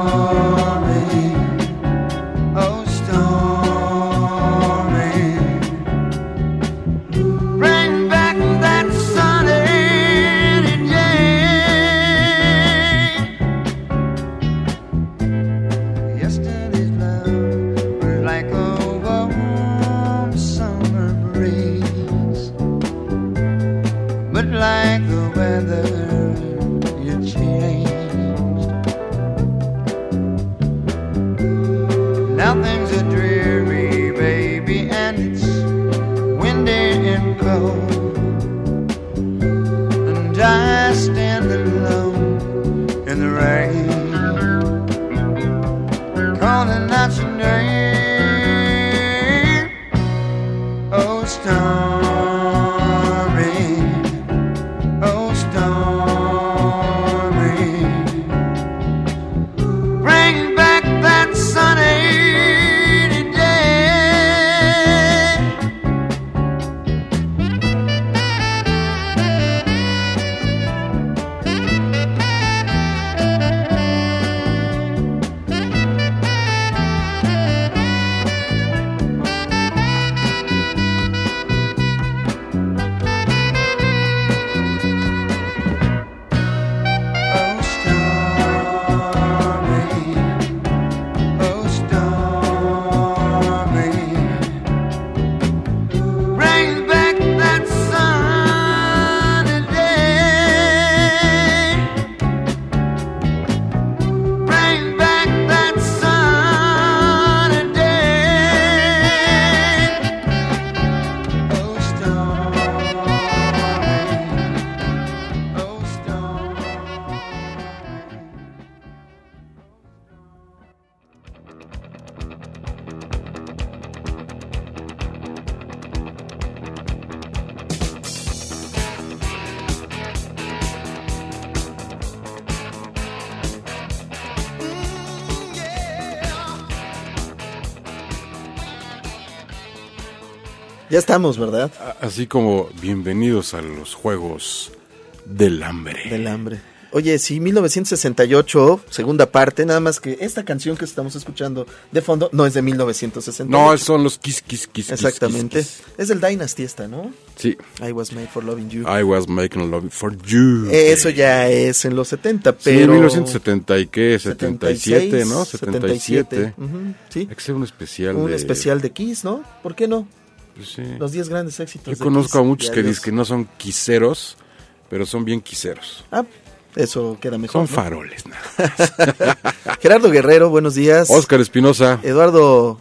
Speaker 6: Ya estamos, ¿verdad?
Speaker 4: Así como bienvenidos a los Juegos del Hambre.
Speaker 6: Del Hambre. Oye, sí, mil novecientos sesenta y ocho, segunda parte, nada más que esta canción que estamos escuchando de fondo no es de mil novecientos sesenta y ocho.
Speaker 4: No, son los Kiss Kiss Kiss.
Speaker 6: Exactamente.
Speaker 4: Kiss, kiss.
Speaker 6: Es del Dynasty esta, ¿no?
Speaker 4: Sí.
Speaker 6: I was made for loving you.
Speaker 4: I was making love for you.
Speaker 6: Eso ya es en los setenta, pero...
Speaker 4: Sí, mil novecientos setenta y qué, setenta y siete, ¿no? setenta y siete.
Speaker 6: Uh-huh, sí.
Speaker 4: Hay que ser un especial
Speaker 6: un
Speaker 4: de...
Speaker 6: Un especial de Kiss, ¿no? ¿Por qué no?
Speaker 4: Pues sí.
Speaker 6: Los diez grandes éxitos.
Speaker 4: Yo conozco
Speaker 6: Kiss,
Speaker 4: a muchos que
Speaker 6: adiós.
Speaker 4: dicen que no son quiseros, pero son bien quiseros.
Speaker 6: Ah, eso queda mejor.
Speaker 4: Son
Speaker 6: ¿no?
Speaker 4: faroles, nada más.
Speaker 6: Gerardo Guerrero, buenos días.
Speaker 4: Óscar Espinosa.
Speaker 6: Eduardo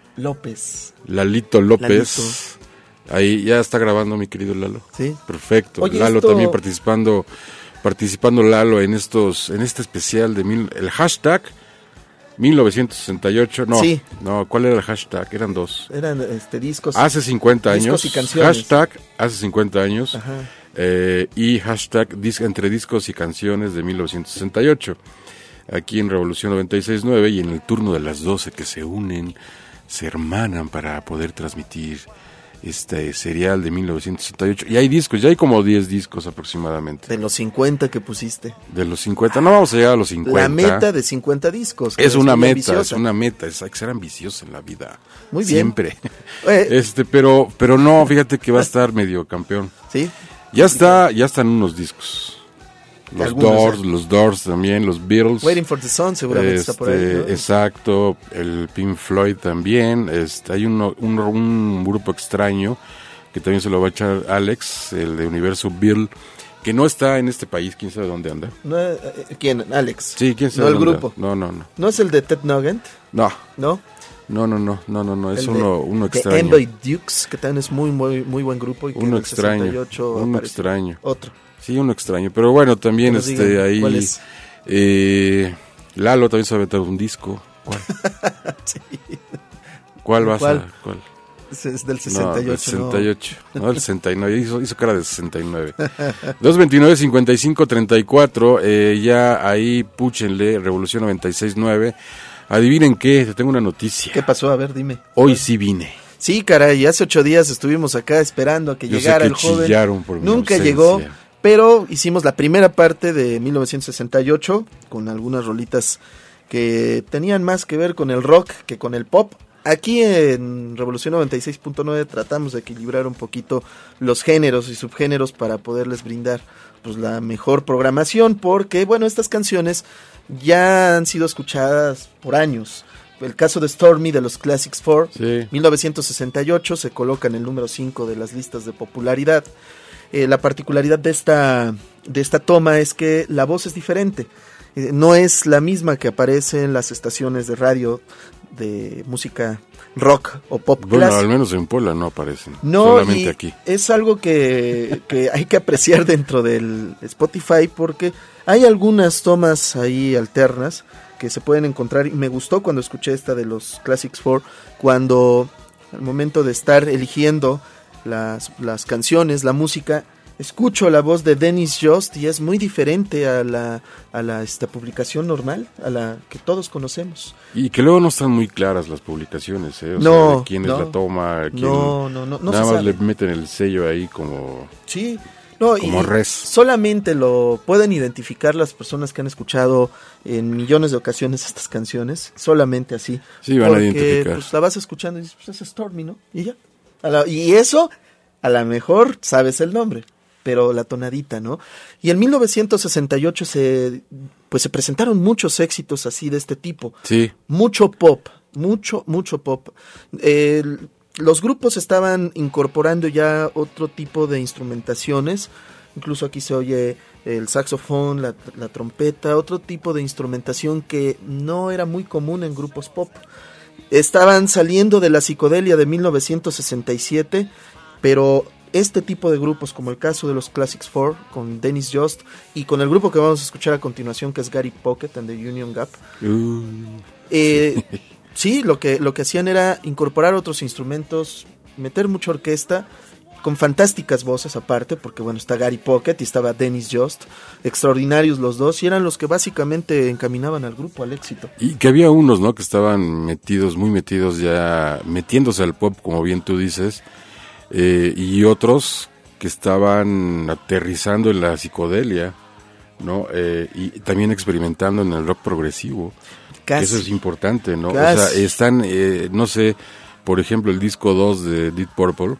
Speaker 6: López.
Speaker 4: Lalito López.
Speaker 6: Lalito.
Speaker 4: Ahí ya está grabando mi querido Lalo.
Speaker 6: Sí.
Speaker 4: Perfecto.
Speaker 6: Oye,
Speaker 4: Lalo
Speaker 6: esto...
Speaker 4: también participando, participando Lalo en estos, en este especial de mil, el hashtag mil novecientos sesenta y ocho. No,
Speaker 6: sí.
Speaker 4: no, ¿cuál era el hashtag? Eran dos.
Speaker 6: Eran este discos.
Speaker 4: Hace cincuenta
Speaker 6: discos
Speaker 4: años.
Speaker 6: Y canciones.
Speaker 4: Hashtag hace cincuenta años.
Speaker 6: Ajá.
Speaker 4: Eh, y hashtag dis, entre discos y canciones de mil novecientos sesenta y ocho. Aquí en Revolución noventa y seis punto nueve y en el turno de las doce que se unen, se hermanan para poder transmitir este serial de mil novecientos sesenta y ocho. Y hay discos, ya hay como diez discos aproximadamente.
Speaker 6: De los cincuenta que pusiste.
Speaker 4: De los cincuenta, no vamos a llegar a los cincuenta.
Speaker 6: La meta de cincuenta discos.
Speaker 4: Es una meta, ambiciosa. es una meta, es, hay que ser ambicioso en la vida.
Speaker 6: Muy bien.
Speaker 4: Siempre. Eh. Este, pero, pero no, fíjate que va a estar medio campeón.
Speaker 6: Sí.
Speaker 4: Ya está, ya están unos discos. Los Algunos, Doors, eh. los Doors también, los Beatles.
Speaker 6: Waiting for the Sun seguramente
Speaker 4: este,
Speaker 6: está por ahí, ¿no?
Speaker 4: Exacto, el Pink Floyd también. Este, hay uno, un, un grupo extraño que también se lo va a echar Alex, el de Universo Beatle, que no está en este país, quién sabe dónde anda.
Speaker 6: No, ¿quién? Alex.
Speaker 4: Sí, quién sabe.
Speaker 6: No el
Speaker 4: dónde
Speaker 6: grupo.
Speaker 4: Anda. No, no, no.
Speaker 6: ¿No es el de Ted Nugent?
Speaker 4: No.
Speaker 6: ¿No?
Speaker 4: No, no, no, no, no, no, es
Speaker 6: el
Speaker 4: uno,
Speaker 6: de,
Speaker 4: uno
Speaker 6: de
Speaker 4: extraño.
Speaker 6: Envoy Dukes, que también es muy, muy, muy buen grupo. Y que
Speaker 4: uno
Speaker 6: en el
Speaker 4: extraño,
Speaker 6: sesenta y ocho
Speaker 4: uno
Speaker 6: aparece.
Speaker 4: extraño.
Speaker 6: Otro.
Speaker 4: Sí, uno extraño, pero bueno, también este
Speaker 6: digan,
Speaker 4: ahí
Speaker 6: ¿cuál es?
Speaker 4: Eh, Lalo también se va a meter un disco. ¿Cuál?
Speaker 6: Sí.
Speaker 4: ¿Cuál vas
Speaker 6: ¿Cuál?
Speaker 4: a? ¿Cuál?
Speaker 6: Es del sesenta y ocho.
Speaker 4: No, del sesenta y ocho. No, no del sesenta y nueve. Hizo, hizo cara de sesenta y nueve. dos veintinueve, cincuenta y cinco, treinta y cuatro. Eh, ya ahí púchenle, Revolución noventa y seis nueve. Adivinen qué, te tengo una noticia.
Speaker 6: ¿Qué pasó? A ver, dime.
Speaker 4: Hoy sí vine.
Speaker 6: Sí, caray, hace ocho días estuvimos acá esperando a que
Speaker 4: Yo
Speaker 6: llegara
Speaker 4: sé que
Speaker 6: el joven.
Speaker 4: Por mi
Speaker 6: Nunca
Speaker 4: ausencia.
Speaker 6: llegó, pero hicimos la primera parte de mil novecientos sesenta y ocho con algunas rolitas que tenían más que ver con el rock que con el pop. Aquí en Revolución noventa y seis punto nueve tratamos de equilibrar un poquito los géneros y subgéneros para poderles brindar pues la mejor programación, porque bueno, estas canciones ya han sido escuchadas por años. El caso de Stormy de los Classics four,
Speaker 4: sí.
Speaker 6: mil novecientos sesenta y ocho, se coloca en el número cinco de las listas de popularidad. Eh, la particularidad de esta, de esta toma es que la voz es diferente. Eh, no es la misma que aparece en las estaciones de radio de música rock o pop
Speaker 4: bueno,
Speaker 6: clásico.
Speaker 4: Al menos en Puebla no aparecen.
Speaker 6: No,
Speaker 4: solamente
Speaker 6: y
Speaker 4: aquí.
Speaker 6: Es algo que, que hay que apreciar dentro del Spotify, porque hay algunas tomas ahí alternas que se pueden encontrar, y me gustó cuando escuché esta de los Classics four, cuando al momento de estar eligiendo las, las canciones, la música, escucho la voz de Dennis Yost y es muy diferente a la, a la esta publicación normal, a la que todos conocemos.
Speaker 4: Y que luego no están muy claras las publicaciones, ¿eh? O
Speaker 6: no,
Speaker 4: sea, de quién
Speaker 6: no,
Speaker 4: es la toma, quién,
Speaker 6: no, no, no, no
Speaker 4: nada
Speaker 6: se
Speaker 4: más
Speaker 6: sabe.
Speaker 4: le meten el sello ahí como...
Speaker 6: Sí. No,
Speaker 4: como
Speaker 6: y
Speaker 4: res.
Speaker 6: Solamente lo pueden identificar las personas que han escuchado en millones de ocasiones estas canciones, solamente así.
Speaker 4: Sí, van
Speaker 6: porque,
Speaker 4: a identificar.
Speaker 6: Pues la vas escuchando y dices, pues es Stormy, ¿no? Y ya. A la, y eso, a lo mejor sabes el nombre, pero la tonadita, ¿no? Y en mil novecientos sesenta y ocho se, pues se presentaron muchos éxitos así de este tipo.
Speaker 4: Sí.
Speaker 6: Mucho pop, mucho, mucho pop. El... Los grupos estaban incorporando ya otro tipo de instrumentaciones, incluso aquí se oye el saxofón, la, la trompeta, otro tipo de instrumentación que no era muy común en grupos pop. Estaban saliendo de la psicodelia de mil novecientos sesenta y siete, pero este tipo de grupos, como el caso de los Classics four, con Dennis Yost, y con el grupo que vamos a escuchar a continuación, que es Gary Pocket and the Union Gap,
Speaker 4: uh.
Speaker 6: eh... Sí, lo que, lo que hacían era incorporar otros instrumentos, meter mucha orquesta, con fantásticas voces aparte, porque bueno, está Gary Pocket y estaba Dennis Yost, extraordinarios los dos, y eran los que básicamente encaminaban al grupo al éxito.
Speaker 4: Y que había unos, ¿no?, que estaban metidos, muy metidos ya, metiéndose al pop, como bien tú dices, eh, y otros que estaban aterrizando en la psicodelia, ¿no?, eh, y también experimentando en el rock progresivo.
Speaker 6: Casi.
Speaker 4: Eso es importante, ¿no?
Speaker 6: Casi.
Speaker 4: O sea, están, eh, no sé, por ejemplo, el disco dos de Deep Purple,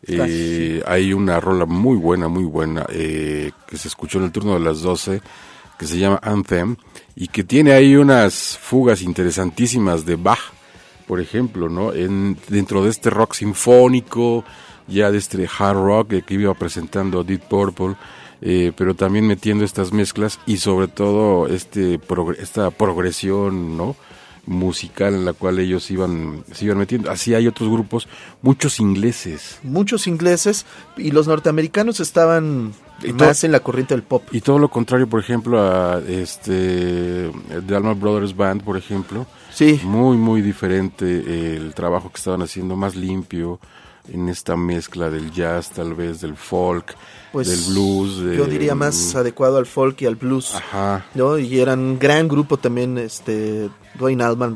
Speaker 4: eh, hay una rola muy buena, muy buena, eh, que se escuchó en el turno de las doce, que se llama Anthem, y que tiene ahí unas fugas interesantísimas de Bach, por ejemplo, ¿no? En, dentro de este rock sinfónico, ya de este hard rock que iba presentando Deep Purple, Eh, pero también metiendo estas mezclas y sobre todo este progr- esta progresión, ¿no?, musical en la cual ellos iban se iban metiendo. Así hay otros grupos, muchos ingleses.
Speaker 6: Muchos ingleses, y los norteamericanos estaban
Speaker 4: y
Speaker 6: más
Speaker 4: to-
Speaker 6: en la corriente del pop.
Speaker 4: Y todo lo contrario, por ejemplo, a este The Allman Brothers Band, por ejemplo.
Speaker 6: Sí.
Speaker 4: Muy, muy diferente el trabajo que estaban haciendo, más limpio, en esta mezcla del jazz, tal vez, del folk,
Speaker 6: pues,
Speaker 4: del blues. De,
Speaker 6: yo diría más um, adecuado al folk y al blues.
Speaker 4: Ajá.
Speaker 6: ¿No? Y eran un gran grupo también, este, Duane Allman, bueno,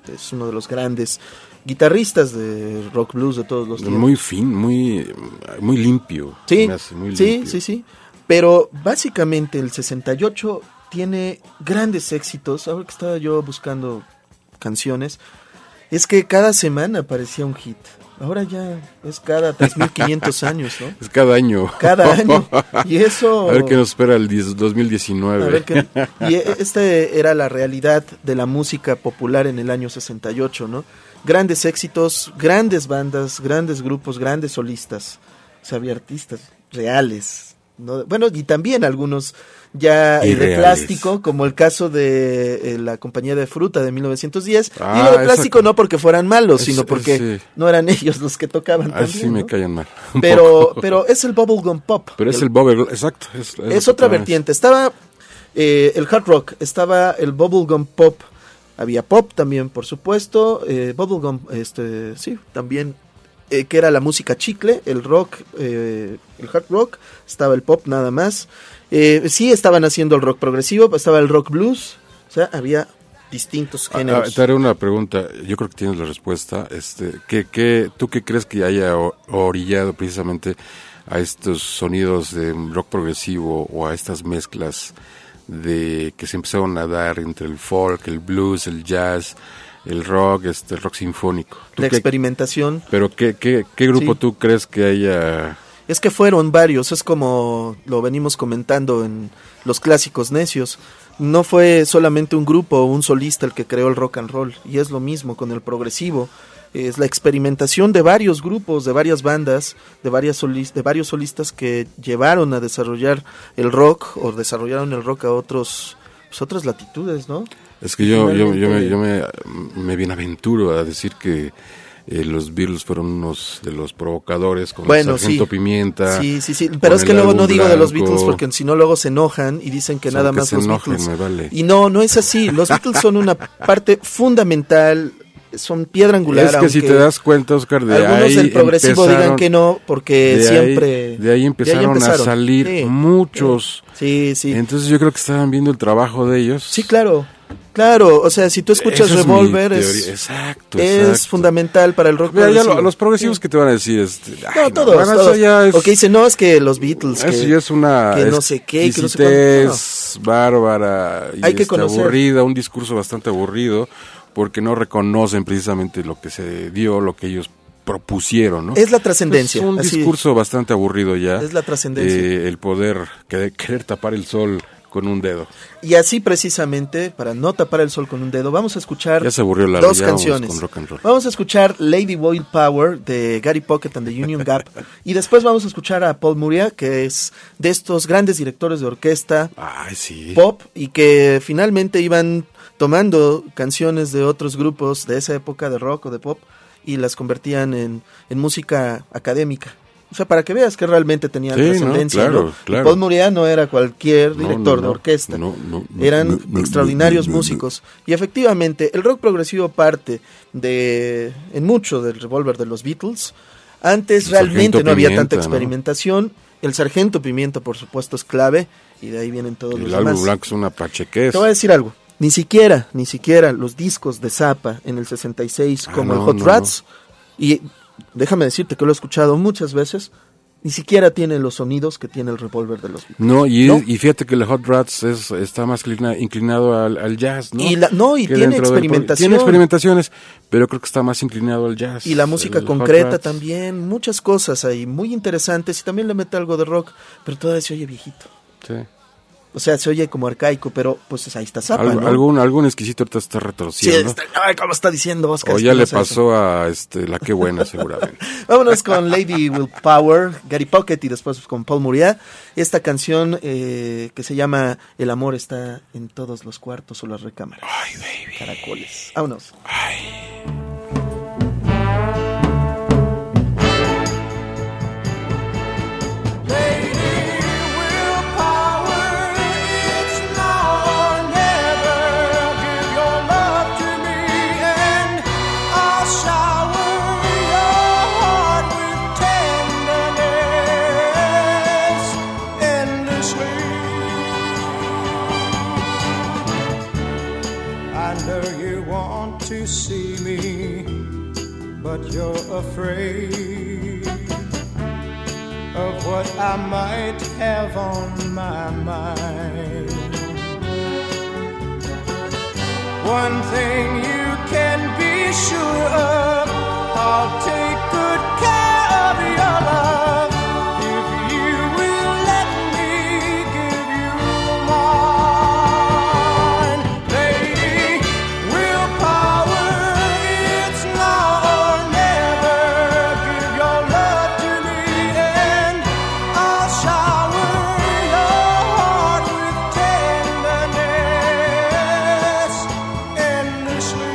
Speaker 6: es uno de los grandes guitarristas de rock blues de todos los tiempos.
Speaker 4: Muy fin, muy, muy limpio.
Speaker 6: Sí,
Speaker 4: me hace muy
Speaker 6: sí,
Speaker 4: limpio.
Speaker 6: sí, sí. Pero básicamente el sesenta y ocho tiene grandes éxitos. Ahora que estaba yo buscando canciones, es que cada semana aparecía un hit. Ahora ya es cada tres mil quinientos años, ¿no?
Speaker 4: Es cada año.
Speaker 6: Cada año. Y eso...
Speaker 4: A ver qué nos espera el dos mil diecinueve.
Speaker 6: A ver qué... Y esta era la realidad de la música popular en el año sesenta y ocho, ¿no? Grandes éxitos, grandes bandas, grandes grupos, grandes solistas. O sea, había artistas reales, ¿no? Bueno, y también algunos ya eh, de plástico, como el caso de eh, la compañía de fruta de mil novecientos diez.
Speaker 4: Ah,
Speaker 6: Digo de plástico
Speaker 4: esa...
Speaker 6: no porque fueran malos, sino
Speaker 4: es,
Speaker 6: porque
Speaker 4: sí.
Speaker 6: no eran ellos los que tocaban
Speaker 4: ah,
Speaker 6: también,
Speaker 4: sí me
Speaker 6: ¿no?
Speaker 4: callan mal.
Speaker 6: Pero, pero es el bubblegum pop.
Speaker 4: Pero es
Speaker 6: el,
Speaker 4: el bubblegum, exacto. Es, es,
Speaker 6: es otra vertiente. Estaba eh, el hard rock, estaba el bubblegum pop, había pop también, por supuesto, eh, bubblegum, este, sí, también, eh, que era la música chicle, el rock, eh, el hard rock, estaba el pop nada más. Eh, sí, estaban haciendo el rock progresivo, estaba el rock blues, o sea, había distintos géneros.
Speaker 4: Ah, te haré una pregunta, yo creo que tienes la respuesta. Este, ¿qué, qué, ¿Tú qué crees que haya orillado precisamente a estos sonidos de rock progresivo o a estas mezclas de que se empezaron a dar entre el folk, el blues, el jazz, el rock, este, el rock sinfónico?
Speaker 6: La
Speaker 4: qué,
Speaker 6: experimentación.
Speaker 4: ¿Pero qué, qué, qué grupo
Speaker 6: Sí.
Speaker 4: tú crees que haya...?
Speaker 6: Es que fueron varios, es como lo venimos comentando en los clásicos necios. No fue solamente un grupo o un solista el que creó el rock and roll, y es lo mismo con el progresivo. Es la experimentación de varios grupos, de varias bandas, de, varias solis- de varios solistas que llevaron a desarrollar el rock o desarrollaron el rock a otros, pues, otras latitudes, ¿no?
Speaker 4: Es que yo, yo, yo, me, yo me, me bienaventuro a decir que Eh, los Beatles fueron unos de los provocadores con
Speaker 6: bueno,
Speaker 4: el Sargento
Speaker 6: sí.
Speaker 4: Pimienta.
Speaker 6: Sí, sí, sí. Pero es que luego no digo
Speaker 4: blanco.
Speaker 6: de los Beatles porque si no luego se enojan y dicen que
Speaker 4: Son
Speaker 6: nada
Speaker 4: que
Speaker 6: más
Speaker 4: se
Speaker 6: los
Speaker 4: enojen,
Speaker 6: Beatles.
Speaker 4: me vale.
Speaker 6: Y no, no es así. Los Beatles son una parte fundamental, son piedra angular.
Speaker 4: Es que si te das cuenta, Oscar, de
Speaker 6: algunos
Speaker 4: ahí
Speaker 6: del progresivo
Speaker 4: empezaron,
Speaker 6: digan que no, porque
Speaker 4: de
Speaker 6: siempre...
Speaker 4: Ahí, de ahí empezaron, de ahí empezaron. a salir sí, muchos.
Speaker 6: Sí, sí.
Speaker 4: Entonces yo creo que estaban viendo el trabajo de ellos.
Speaker 6: Sí, claro. Claro, o sea, si tú escuchas
Speaker 4: es
Speaker 6: Revolver, es,
Speaker 4: exacto,
Speaker 6: es
Speaker 4: exacto.
Speaker 6: fundamental para el rock
Speaker 4: Mira,
Speaker 6: progresivo.
Speaker 4: Ya lo, los progresivos sí. que te van a decir, este,
Speaker 6: no,
Speaker 4: ay,
Speaker 6: todos,
Speaker 4: no,
Speaker 6: todos.
Speaker 4: Ya es,
Speaker 6: o que dicen, no, es que los Beatles,
Speaker 4: eso
Speaker 6: que,
Speaker 4: ya es una
Speaker 6: que no sé qué, que no sé cuánto.
Speaker 4: Es bárbara y
Speaker 6: Hay que
Speaker 4: este,
Speaker 6: conocer.
Speaker 4: aburrida, un discurso bastante aburrido, porque no reconocen precisamente lo que se dio, lo que ellos propusieron, ¿no?
Speaker 6: Es la trascendencia.
Speaker 4: Es un
Speaker 6: así.
Speaker 4: discurso bastante aburrido ya.
Speaker 6: Es la trascendencia.
Speaker 4: Eh, el poder, querer, querer tapar el sol con un dedo.
Speaker 6: Y así precisamente, para no tapar el sol con un dedo, vamos a escuchar
Speaker 4: ya se aburrió la
Speaker 6: dos
Speaker 4: ya
Speaker 6: canciones.
Speaker 4: Vamos, con rock and roll.
Speaker 6: Vamos a escuchar Lady Boyle Power de Gary Pocket and the Union Gap y después vamos a escuchar a Paul Muriel, que es de estos grandes directores de orquesta
Speaker 4: Ay, sí.
Speaker 6: pop y que finalmente iban tomando canciones de otros grupos de esa época de rock o de pop y las convertían en, en música académica. O sea, para que veas que realmente tenían
Speaker 4: sí,
Speaker 6: trascendencia.
Speaker 4: No, claro,
Speaker 6: ¿no?
Speaker 4: claro.
Speaker 6: Paul Muriel no era cualquier director
Speaker 4: no, no,
Speaker 6: de orquesta.
Speaker 4: No, no, no,
Speaker 6: Eran
Speaker 4: no, no,
Speaker 6: extraordinarios
Speaker 4: no, no, no,
Speaker 6: músicos. Y efectivamente, el rock progresivo parte de, en mucho del Revolver de los Beatles. Antes
Speaker 4: el
Speaker 6: realmente no había
Speaker 4: Pimienta,
Speaker 6: tanta experimentación. ¿No? El Sargento Pimienta, por supuesto, es clave. Y de ahí vienen todos
Speaker 4: el
Speaker 6: los
Speaker 4: álbum
Speaker 6: demás.
Speaker 4: blanco es una pachequez.
Speaker 6: Te voy a decir algo. Ni siquiera, ni siquiera los discos de Zappa en el sesenta y seis,
Speaker 4: ah,
Speaker 6: como
Speaker 4: no,
Speaker 6: el Hot
Speaker 4: no,
Speaker 6: Rats, no. y déjame decirte que lo he escuchado muchas veces, ni siquiera tiene los sonidos que tiene el Revolver de los Beatles.
Speaker 4: No, y,
Speaker 6: ¿no?
Speaker 4: y fíjate que el Hot Rats es, está más inclina, inclinado al, al jazz, ¿no?
Speaker 6: Y la, no, y
Speaker 4: que
Speaker 6: tiene experimentación.
Speaker 4: Del, tiene experimentaciones, pero creo que está más inclinado al jazz.
Speaker 6: Y la música concreta también, muchas cosas ahí muy interesantes, y también le mete algo de rock, pero todavía se oye viejito.
Speaker 4: Sí.
Speaker 6: O sea, se oye como arcaico, pero pues ahí está Zappa,
Speaker 4: Algo,
Speaker 6: ¿no?
Speaker 4: Algún, algún exquisito ahorita está retorciendo.
Speaker 6: Sí, está, ay, ¿cómo está diciendo Oscar?
Speaker 4: O ya le
Speaker 6: Espinosa
Speaker 4: pasó
Speaker 6: eso?
Speaker 4: a este, la que buena, seguramente.
Speaker 6: Vámonos con Lady Will Power, Gary Pocket y después con Paul Muriel. Esta canción eh, que se llama El amor está en todos los cuartos o las recámaras.
Speaker 4: Ay, baby.
Speaker 6: Caracoles. Vámonos.
Speaker 4: Ay.
Speaker 9: To see but you're afraid of what I might have on my mind. One thing you can be sure of, I'll take good care of your love if you will let me give you mine. Lady, willpower, it's now or never. Give your love to me and I'll shower your heart with tenderness endlessly.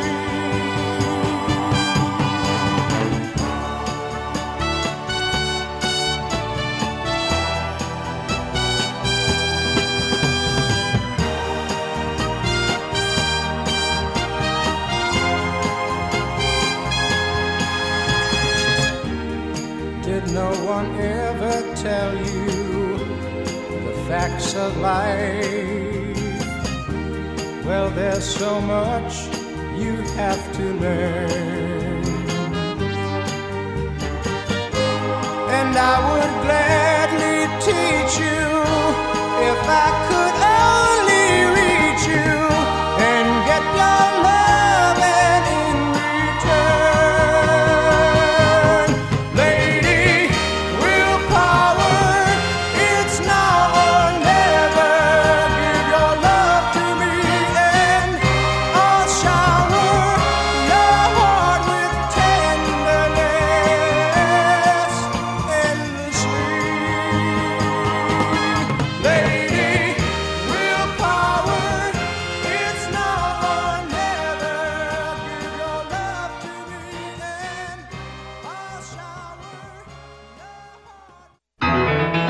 Speaker 9: Did no one ever tell you the facts of life? Well, there's so much you have to learn, and I would gladly teach you if I could only reach you and get your love and in return. Lady, willpower, it's now or never. Give your love to me and I'll shower your heart with tenderness endlessly. Lady, willpower, it's now or never. Give your love to me and I'll shower your heart.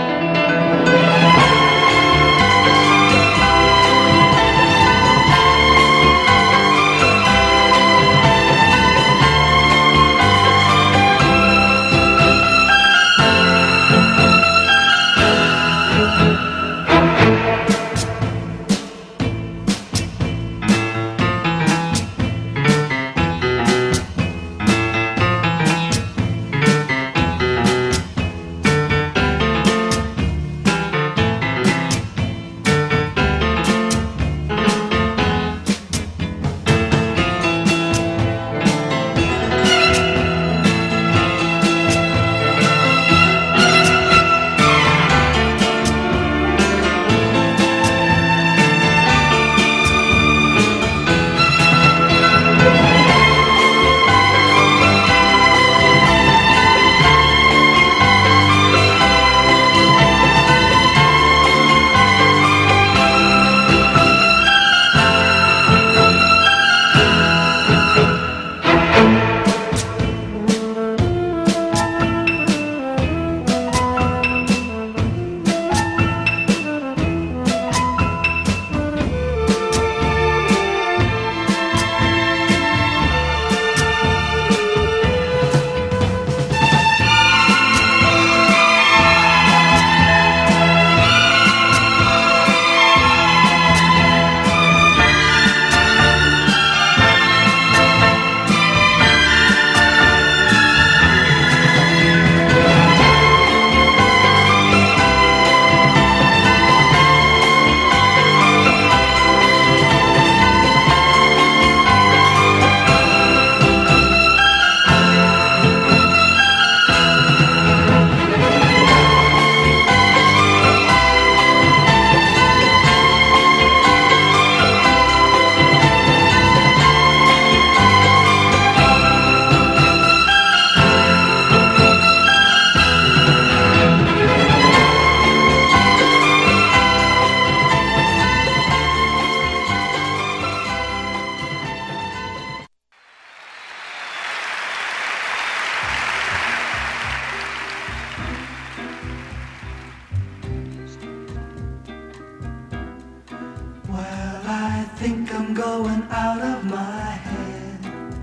Speaker 10: think I'm going out of my head.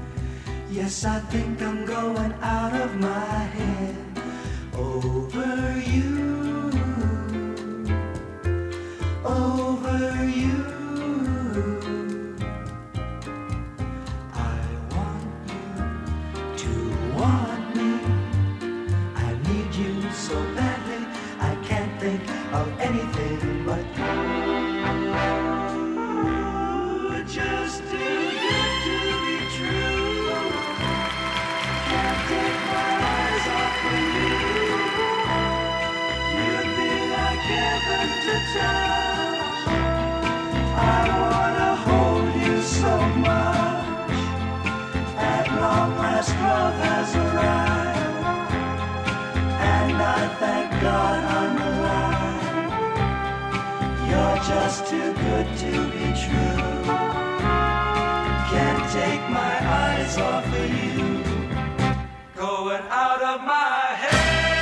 Speaker 10: Yes, I think I'm going out of my head over you, over you. I want you to last love has arrived, and I thank God I'm alive. You're just too good to be true. Can't take my eyes off of you. Going out of my head.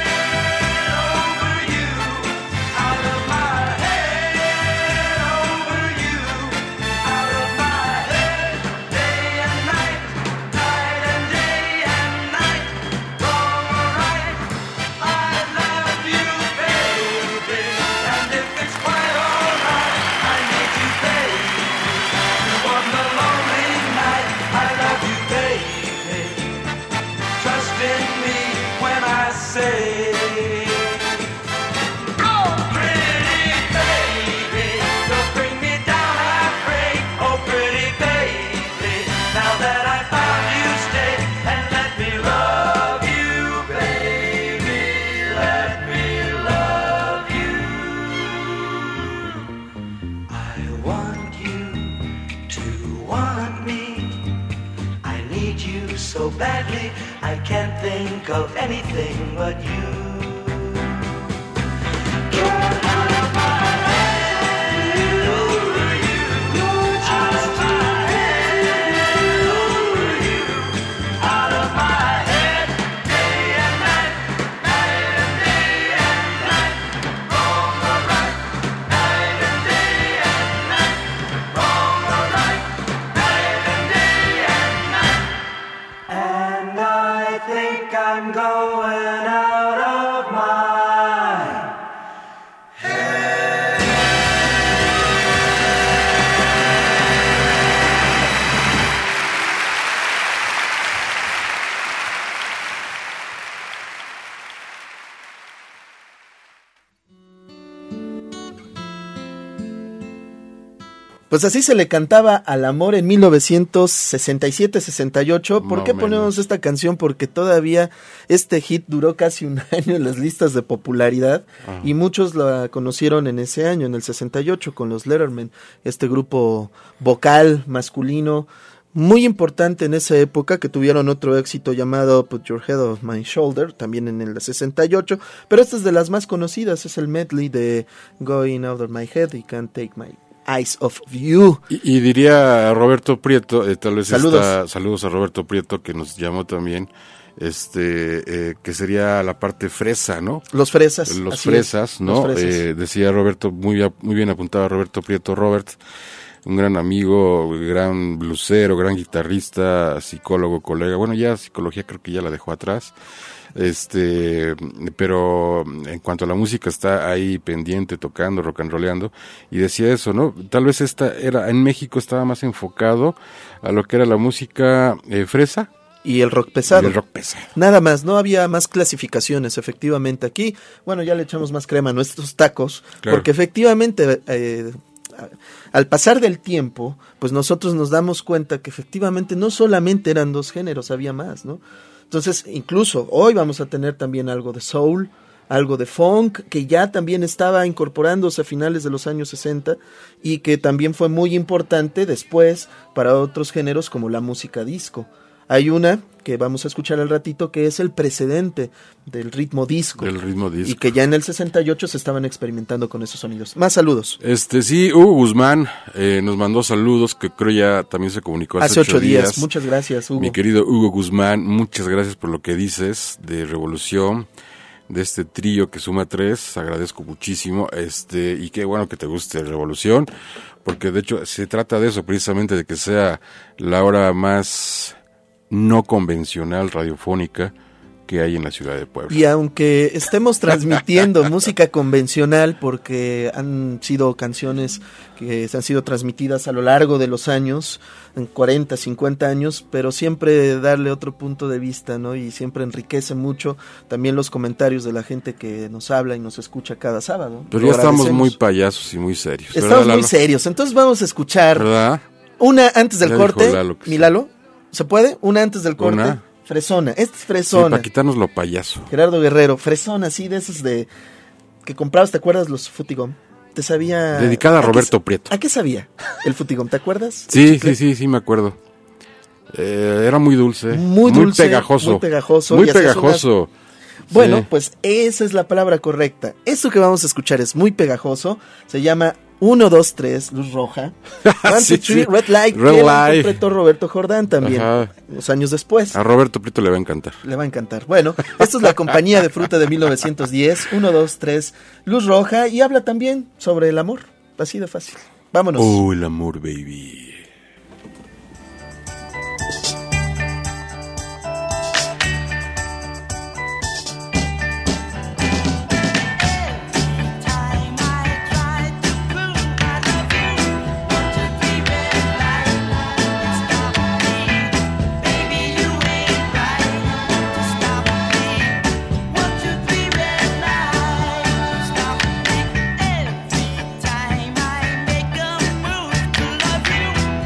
Speaker 10: Badly, I can't think of anything but you. Get out of my head, over you. Out of my head, over you. Out of my head, day and night, night and day and night. Wrong or right, night and day and night. Wrong or right, night and day and night. And I think I'm going out of my head.
Speaker 6: Pues así se le cantaba al amor en mil novecientos sesenta y siete sesenta y ocho. ¿Por
Speaker 4: Más
Speaker 6: qué
Speaker 4: o
Speaker 6: ponemos
Speaker 4: menos.
Speaker 6: esta canción? Porque todavía este hit duró casi un año en las listas de popularidad.
Speaker 4: Ajá.
Speaker 6: Y muchos la conocieron en ese año, en el sesenta y ocho, con los Letterman, este grupo vocal masculino muy importante en esa época, que tuvieron otro éxito llamado Put Your Head on My Shoulder, también en el sesenta y ocho, pero esta es de las más conocidas, es el medley de Going Out of My Head y Can't Take My Eyes Off You.
Speaker 4: Y, y diría Roberto Prieto, eh, tal vez
Speaker 6: Saludos.
Speaker 4: esta- saludos a Roberto Prieto, que nos llamó también, este eh, que sería la parte fresa, ¿no?
Speaker 6: Los fresas.
Speaker 4: Los
Speaker 6: así
Speaker 4: fresas,
Speaker 6: es,
Speaker 4: ¿no?
Speaker 6: los fresas.
Speaker 4: Eh, decía Roberto, muy, a- muy bien apuntado Roberto Prieto, Robert, un gran amigo, gran blusero, gran guitarrista, psicólogo, colega. Bueno, ya psicología creo que ya la dejó atrás. Este, pero en cuanto a la música está ahí pendiente, tocando, rock and rollando, y decía eso, ¿no? Tal vez esta era, en México estaba más enfocado a lo que era la música eh, fresa.
Speaker 6: Y el rock pesado.
Speaker 4: Y el rock pesado.
Speaker 6: Nada más, no había más clasificaciones, efectivamente. Aquí, bueno, ya le echamos más crema a nuestros tacos,
Speaker 4: Claro.
Speaker 6: porque efectivamente, eh, al pasar del tiempo, pues nosotros nos damos cuenta que efectivamente no solamente eran dos géneros, había más, ¿no? Entonces, incluso hoy vamos a tener también algo de soul, algo de funk, que ya también estaba incorporándose a finales de los años sesenta y que también fue muy importante después para otros géneros como la música disco. Hay una que vamos a escuchar al ratito que es el precedente del ritmo disco.
Speaker 4: Del ritmo disco.
Speaker 6: Y que ya en el sesenta y ocho se estaban experimentando con esos sonidos. Más saludos.
Speaker 4: Este, sí, Hugo Guzmán eh, nos mandó saludos, que creo ya también se comunicó hace,
Speaker 6: Hace ocho días. Muchas gracias, Hugo.
Speaker 4: Mi querido Hugo Guzmán, muchas gracias por lo que dices de Revolución, de este trío que suma tres, agradezco muchísimo, este, y qué bueno que te guste Revolución, porque de hecho se trata de eso, precisamente de que sea la hora más no convencional radiofónica que hay en la ciudad de Puebla.
Speaker 6: Y aunque estemos transmitiendo música convencional, porque han sido canciones que han sido transmitidas a lo largo de los años, en cuarenta, cincuenta años, pero siempre darle otro punto de vista, ¿no? Y siempre enriquece mucho también los comentarios de la gente que nos habla y nos escucha cada sábado.
Speaker 4: Pero
Speaker 6: Lo
Speaker 4: ya estamos
Speaker 6: agradecemos.
Speaker 4: muy payasos y muy serios.
Speaker 6: Estamos
Speaker 4: ¿verdad,
Speaker 6: muy
Speaker 4: Lalo?
Speaker 6: serios, entonces vamos a escuchar
Speaker 4: ¿Verdad?
Speaker 6: una antes del
Speaker 4: Ya dijo
Speaker 6: corte.
Speaker 4: Lalo que
Speaker 6: ¿Mi
Speaker 4: sí.
Speaker 6: Lalo? ¿Se puede? Una antes del corte.
Speaker 4: Una.
Speaker 6: Fresona, esta es
Speaker 4: Sí,
Speaker 6: fresona.
Speaker 4: para quitarnos lo payaso.
Speaker 6: Gerardo Guerrero, fresona, así de esos de que comprabas, ¿te acuerdas los Futigom? Te sabía...
Speaker 4: Dedicada a
Speaker 6: qué
Speaker 4: Roberto
Speaker 6: sa-
Speaker 4: Prieto.
Speaker 6: ¿A qué sabía el Futigom? ¿Te acuerdas?
Speaker 4: Sí,
Speaker 6: Chicle.
Speaker 4: sí, sí, sí, me acuerdo. Eh, era muy dulce.
Speaker 6: Muy dulce.
Speaker 4: Muy pegajoso.
Speaker 6: Muy pegajoso.
Speaker 4: Muy
Speaker 6: y hacías
Speaker 4: pegajoso.
Speaker 6: unas- Bueno,
Speaker 4: Sí.
Speaker 6: pues esa es la palabra correcta. Esto que vamos a escuchar es muy pegajoso. Se llama uno, dos, tres, luz roja. one,
Speaker 4: Sí,
Speaker 6: two, three,
Speaker 4: sí.
Speaker 6: red light.
Speaker 4: Red
Speaker 6: que la
Speaker 4: light.
Speaker 6: interpretó Roberto Jordán también.
Speaker 4: Ajá.
Speaker 6: Unos años después.
Speaker 4: A Roberto Prieto le va a encantar.
Speaker 6: Le va a encantar. Bueno, esto es La Compañía de Fruta de mil novecientos diez. uno, dos, tres, luz roja. Y habla también sobre el amor. Así de fácil. Vámonos.
Speaker 4: Oh, el amor, baby.
Speaker 10: Time I make a move to love you.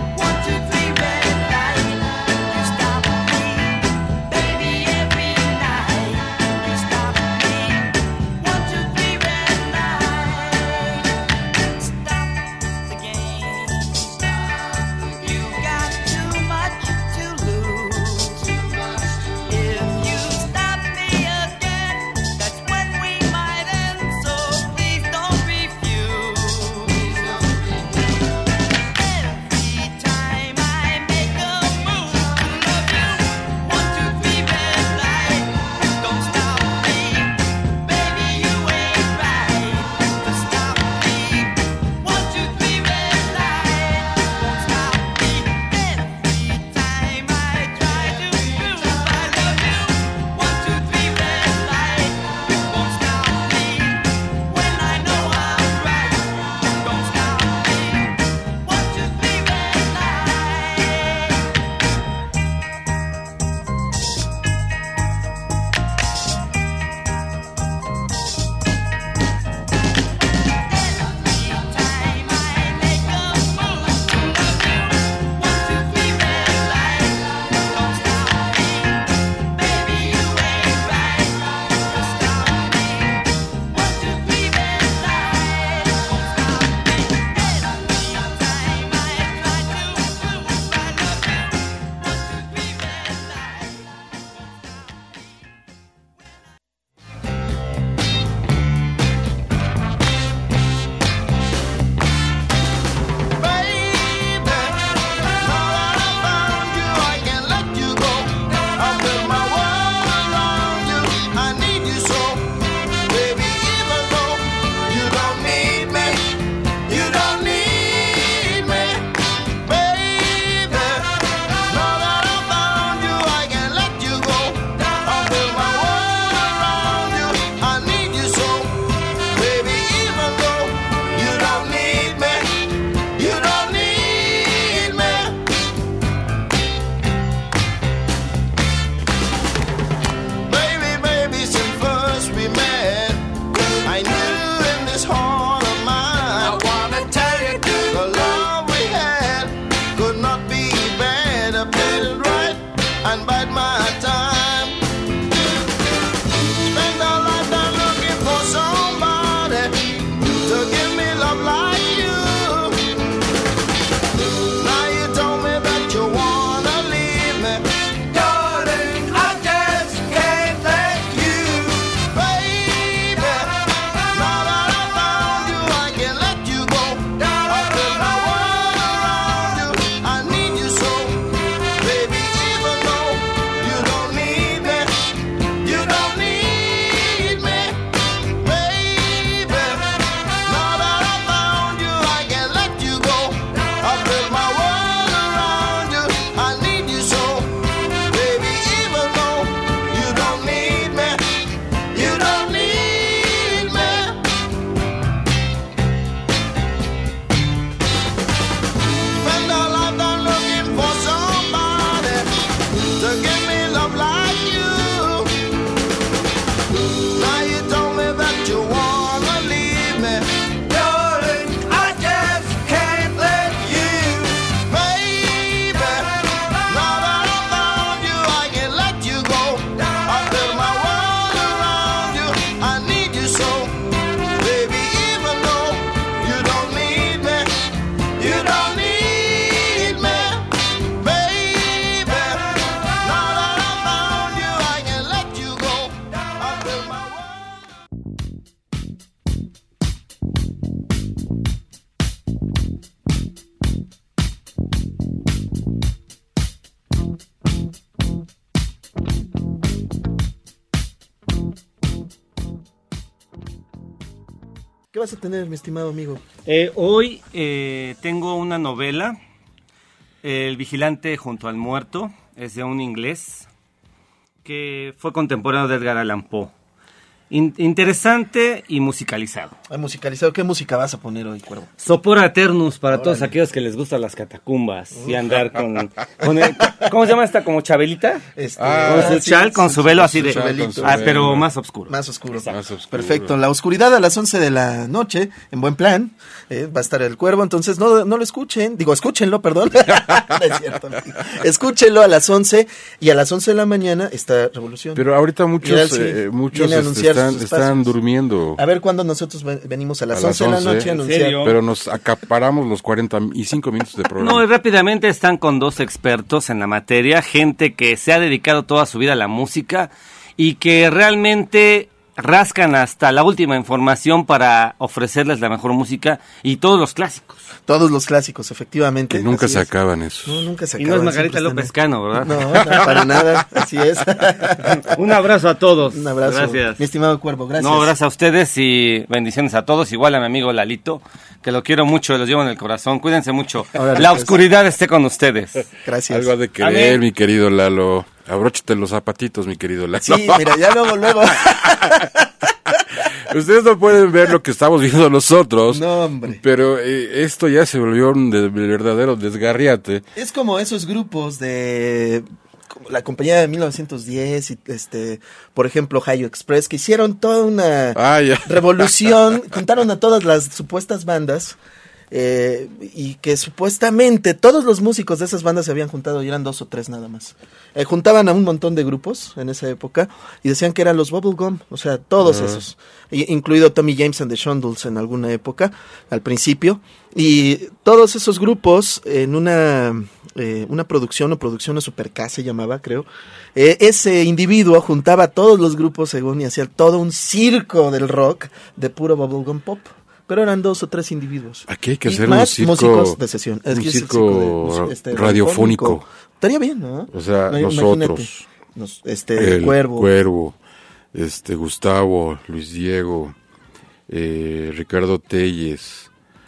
Speaker 6: ¿Qué vas a tener, mi estimado amigo?
Speaker 11: Eh, hoy eh, tengo una novela, El vigilante junto al muerto, es de un inglés que fue contemporáneo de Edgar Allan Poe. In- interesante y musicalizado.
Speaker 6: Ah, musicalizado. ¿Qué música vas a poner hoy, Cuervo?
Speaker 11: Sopor Eternus para
Speaker 6: Órale.
Speaker 11: todos aquellos que les gustan las catacumbas y andar con, con el, ¿cómo se llama esta? ¿Como Chabelita?
Speaker 6: Este,
Speaker 11: Ah, con su
Speaker 6: sí,
Speaker 11: chal, con
Speaker 6: su-
Speaker 11: su velo
Speaker 6: su
Speaker 11: así de...
Speaker 6: chabelito.
Speaker 11: Ah, pero más oscuro.
Speaker 6: Más oscuro.
Speaker 11: Exacto.
Speaker 4: Más oscuro.
Speaker 6: Perfecto. La oscuridad a las once de la noche, en buen plan, eh, va a estar el Cuervo, entonces no, no lo escuchen, digo, escúchenlo, perdón. No es cierto, amigo. Escúchenlo a las once y a las once de la mañana está Revolución.
Speaker 4: Pero ahorita
Speaker 6: Mira,
Speaker 4: muchos,
Speaker 6: sí,
Speaker 4: eh, muchos
Speaker 6: viene a
Speaker 4: este,
Speaker 6: anunciar
Speaker 4: están,
Speaker 6: sus
Speaker 4: están
Speaker 6: espacios.
Speaker 4: durmiendo.
Speaker 6: A ver cuándo nosotros ven- venimos a las
Speaker 4: A
Speaker 6: once de la noche a
Speaker 11: ¿En
Speaker 6: anunciar.
Speaker 11: serio?
Speaker 4: Pero nos acaparamos los cuarenta y cinco minutos de programa.
Speaker 11: No, y rápidamente están con dos expertos en la materia, gente que se ha dedicado toda su vida a la música y que realmente rascan hasta la última información para ofrecerles la mejor música y todos los clásicos.
Speaker 6: Todos los clásicos, efectivamente.
Speaker 4: Que nunca
Speaker 6: así
Speaker 4: se
Speaker 6: es.
Speaker 4: acaban eso.
Speaker 6: No, nunca se
Speaker 11: Y
Speaker 6: acaban.
Speaker 11: no es Margarita
Speaker 6: siempre
Speaker 11: López
Speaker 6: están-
Speaker 11: Cano, ¿verdad?
Speaker 6: No, no, para nada, así es.
Speaker 11: Un abrazo a todos.
Speaker 6: Un abrazo.
Speaker 11: Gracias.
Speaker 6: Mi estimado Cuervo, gracias.
Speaker 11: No, gracias a ustedes y bendiciones a todos. Igual a mi amigo Lalito, que lo quiero mucho, los llevo en el corazón. Cuídense mucho.
Speaker 6: Órale,
Speaker 11: La
Speaker 6: pues.
Speaker 11: oscuridad esté con ustedes.
Speaker 6: Gracias.
Speaker 4: Algo de querer,
Speaker 11: Amén.
Speaker 4: mi querido Lalo. Abróchate los zapatitos, mi querido Lalo.
Speaker 6: Sí, mira, ya luego, luego.
Speaker 4: Ustedes no pueden ver lo que estamos viendo nosotros.
Speaker 6: No, hombre.
Speaker 4: Pero eh, esto ya se volvió un de- verdadero desgarriate.
Speaker 6: Es como esos grupos de como la compañía de mil novecientos diez y este, por ejemplo, Ohio Express, que hicieron toda una
Speaker 4: Ah, ya.
Speaker 6: revolución, juntaron a todas las supuestas bandas. Eh, y que supuestamente todos los músicos de esas bandas se habían juntado y eran dos o tres nada más. Eh, juntaban a un montón de grupos en esa época y decían que eran los Bubblegum, o sea, todos
Speaker 4: Ah.
Speaker 6: esos, I- incluido Tommy James and the Shondells en alguna época, al principio. Y todos esos grupos en una, eh, una producción o producción o Super K se llamaba, creo. Eh, ese individuo juntaba a todos los grupos según y hacía todo un circo del rock de puro Bubblegum Pop. Pero eran dos o tres individuos.
Speaker 4: Aquí hay que
Speaker 6: Y
Speaker 4: hacer
Speaker 6: más
Speaker 4: un circo,
Speaker 6: músicos de sesión. Es
Speaker 4: un
Speaker 6: que es el
Speaker 4: circo
Speaker 6: circo de- este,
Speaker 4: radiofónico.
Speaker 6: Estaría bien, ¿no?
Speaker 4: O sea,
Speaker 6: No,
Speaker 4: nosotros,
Speaker 6: imagínate. Nos- este,
Speaker 4: el
Speaker 6: Cuervo.
Speaker 4: Cuervo, este, Gustavo, Luis Diego, eh, Ricardo Telles,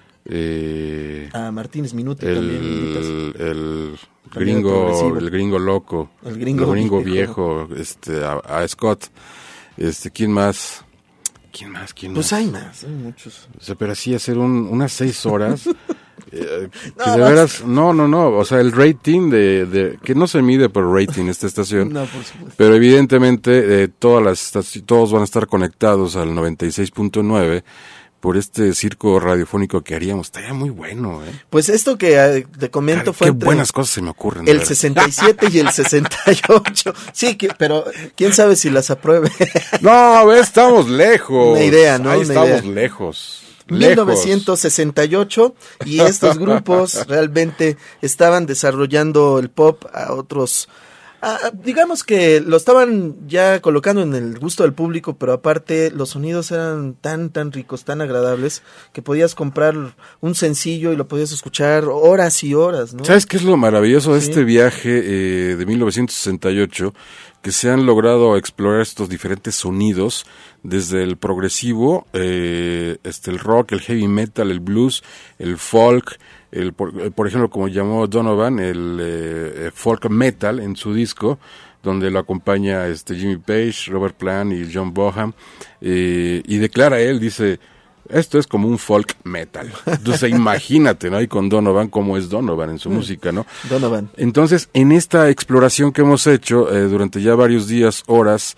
Speaker 4: eh,
Speaker 6: A Martínez Minuti también. invitas.
Speaker 4: el, el
Speaker 6: También
Speaker 4: gringo,
Speaker 6: progresivo.
Speaker 4: el gringo loco,
Speaker 6: El gringo
Speaker 4: viejo,
Speaker 6: viejo.
Speaker 4: este, a, a Scott, este, ¿quién más? ¿Quién más? ¿Quién
Speaker 6: Pues
Speaker 4: más?
Speaker 6: hay más, hay muchos.
Speaker 4: O sea, pero así hacer un, unas seis horas. eh, que
Speaker 6: No,
Speaker 4: de
Speaker 6: vas-
Speaker 4: veras, no, no, no. O sea, el rating de, de que no se mide por rating esta estación.
Speaker 6: No, por supuesto.
Speaker 4: Pero evidentemente eh, todas las estaci- todos van a estar conectados al noventa y seis punto nueve por este circo radiofónico que haríamos. Estaría muy bueno, ¿eh?
Speaker 6: Pues esto que eh, te comento
Speaker 4: Qué
Speaker 6: fue entre
Speaker 4: buenas cosas se me ocurren. de
Speaker 6: el
Speaker 4: veras.
Speaker 6: sesenta y siete y el sesenta y ocho. Sí, que, pero quién sabe si las apruebe.
Speaker 4: No, ve, estamos lejos.
Speaker 6: Una idea, ¿no?
Speaker 4: Ahí
Speaker 6: Una
Speaker 4: estamos
Speaker 6: idea.
Speaker 4: lejos.
Speaker 6: mil
Speaker 4: Lejos.
Speaker 6: novecientos sesenta y ocho y estos grupos realmente estaban desarrollando el pop a otros, a- digamos que lo estaban ya colocando en el gusto del público, pero aparte los sonidos eran tan tan ricos, tan agradables que podías comprar un sencillo y lo podías escuchar horas y horas, ¿no?
Speaker 4: ¿Sabes qué es lo maravilloso de
Speaker 6: Sí.
Speaker 4: este viaje eh, de mil novecientos sesenta y ocho? Que se han logrado explorar estos diferentes sonidos, desde el progresivo, eh, este, el rock, el heavy metal, el blues, el folk, el por, eh, por ejemplo, como llamó Donovan, el eh, folk metal en su disco, donde lo acompaña este Jimmy Page, Robert Plant y John Bonham, eh, y declara él, dice... Esto es como un folk metal. Entonces imagínate, ¿no? Y con Donovan, cómo es Donovan en su música, ¿no?
Speaker 6: Donovan.
Speaker 4: Entonces, en esta exploración que hemos hecho eh, durante ya varios días, horas,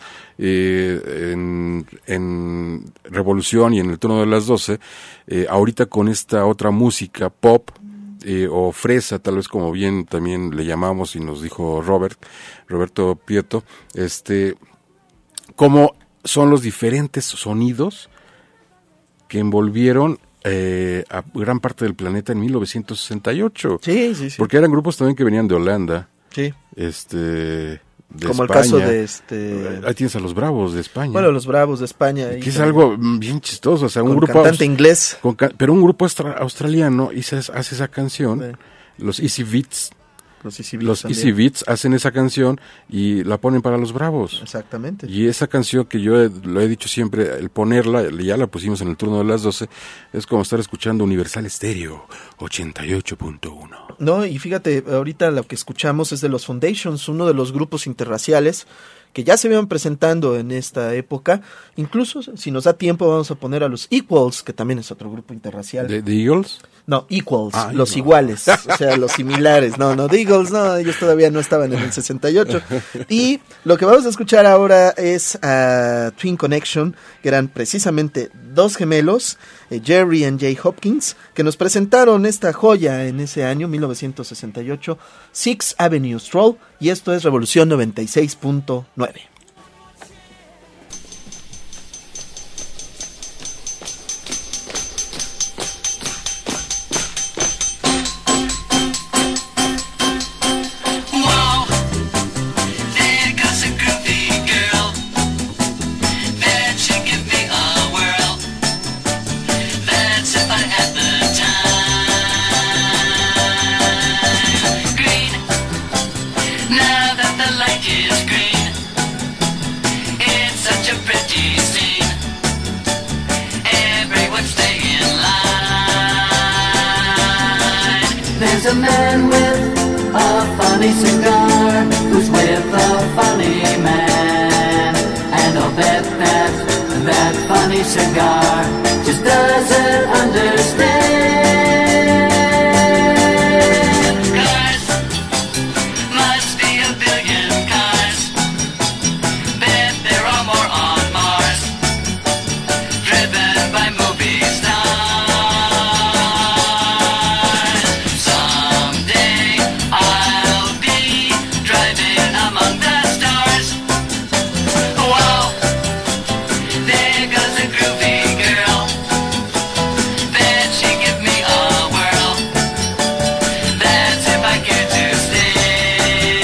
Speaker 4: eh, en, en Revolución y en el turno de las doce, eh, ahorita con esta otra música pop, eh, o fresa, tal vez como bien también le llamamos y nos dijo Robert, Roberto Prieto, este, cómo son los diferentes sonidos que envolvieron eh, a gran parte del planeta en mil novecientos sesenta y ocho.
Speaker 6: Sí, sí, sí.
Speaker 4: Porque eran grupos también que venían de Holanda.
Speaker 6: Sí.
Speaker 4: Este, de
Speaker 6: Como el
Speaker 4: España.
Speaker 6: caso de este...
Speaker 4: Ahí tienes a los Bravos de España.
Speaker 6: Bueno, los Bravos de España. ahí
Speaker 4: que es
Speaker 6: también.
Speaker 4: algo mm, bien chistoso. O sea, un
Speaker 6: Con
Speaker 4: grupo.
Speaker 6: cantante inglés.
Speaker 4: con ca- pero un grupo austra- australiano hizo, hace esa canción,
Speaker 6: Sí.
Speaker 4: los Easy Beats.
Speaker 6: Los Easy Beats.
Speaker 4: Los
Speaker 6: también.
Speaker 4: Easy Beats hacen esa canción y la ponen para los Bravos.
Speaker 6: Exactamente.
Speaker 4: Y esa canción que yo he- lo he dicho siempre, el ponerla, ya la pusimos en el turno de las doce, es como estar escuchando Universal Stereo ochenta y ocho punto uno.
Speaker 6: No, y fíjate, ahorita lo que escuchamos es de los Foundations, uno de los grupos interraciales que ya se iban presentando en esta época. Incluso, si nos da tiempo, vamos a poner a los Equals, que también es otro grupo interracial.
Speaker 4: ¿De, de Eagles?
Speaker 6: No, Equals,
Speaker 4: Ay,
Speaker 6: los
Speaker 4: no.
Speaker 6: iguales, o sea, los similares. No, no, The Eagles, no, ellos todavía no estaban en el sesenta y ocho. Y lo que vamos a escuchar ahora es a Twin Connection, que eran precisamente dos gemelos, eh, Jerry y Jay Hopkins, que nos presentaron esta joya en ese año, mil novecientos sesenta y ocho, Sixth Avenue Stroll, y esto es Revolución noventa y seis punto nueve.
Speaker 10: Whoa, there goes a groovy girl. Bet she give me a whirl. That's if I had the time. Green, now that the light is green, it's such a pretty scene. Everyone stay in line. There's a man with a funny cigar who's with a funny man, and I'll bet that that funny cigar just doesn't understand. Cars must be a billion cars. Bet there are more on Mars, driven by movie stars. Someday I'll be driving among the stars. Wow, there goes a groovy girl. Bet she give me a whirl. That's if I care to stay.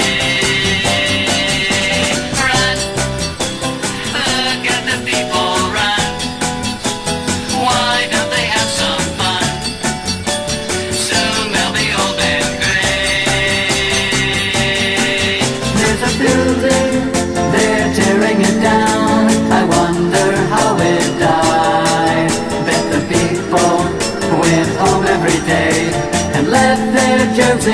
Speaker 10: Run, look at the people run. Why don't they have some fun? Soon they'll be old and gray. There's a building, they're tearing it down. I wonder how it died. Bet the people went home every day and left their germs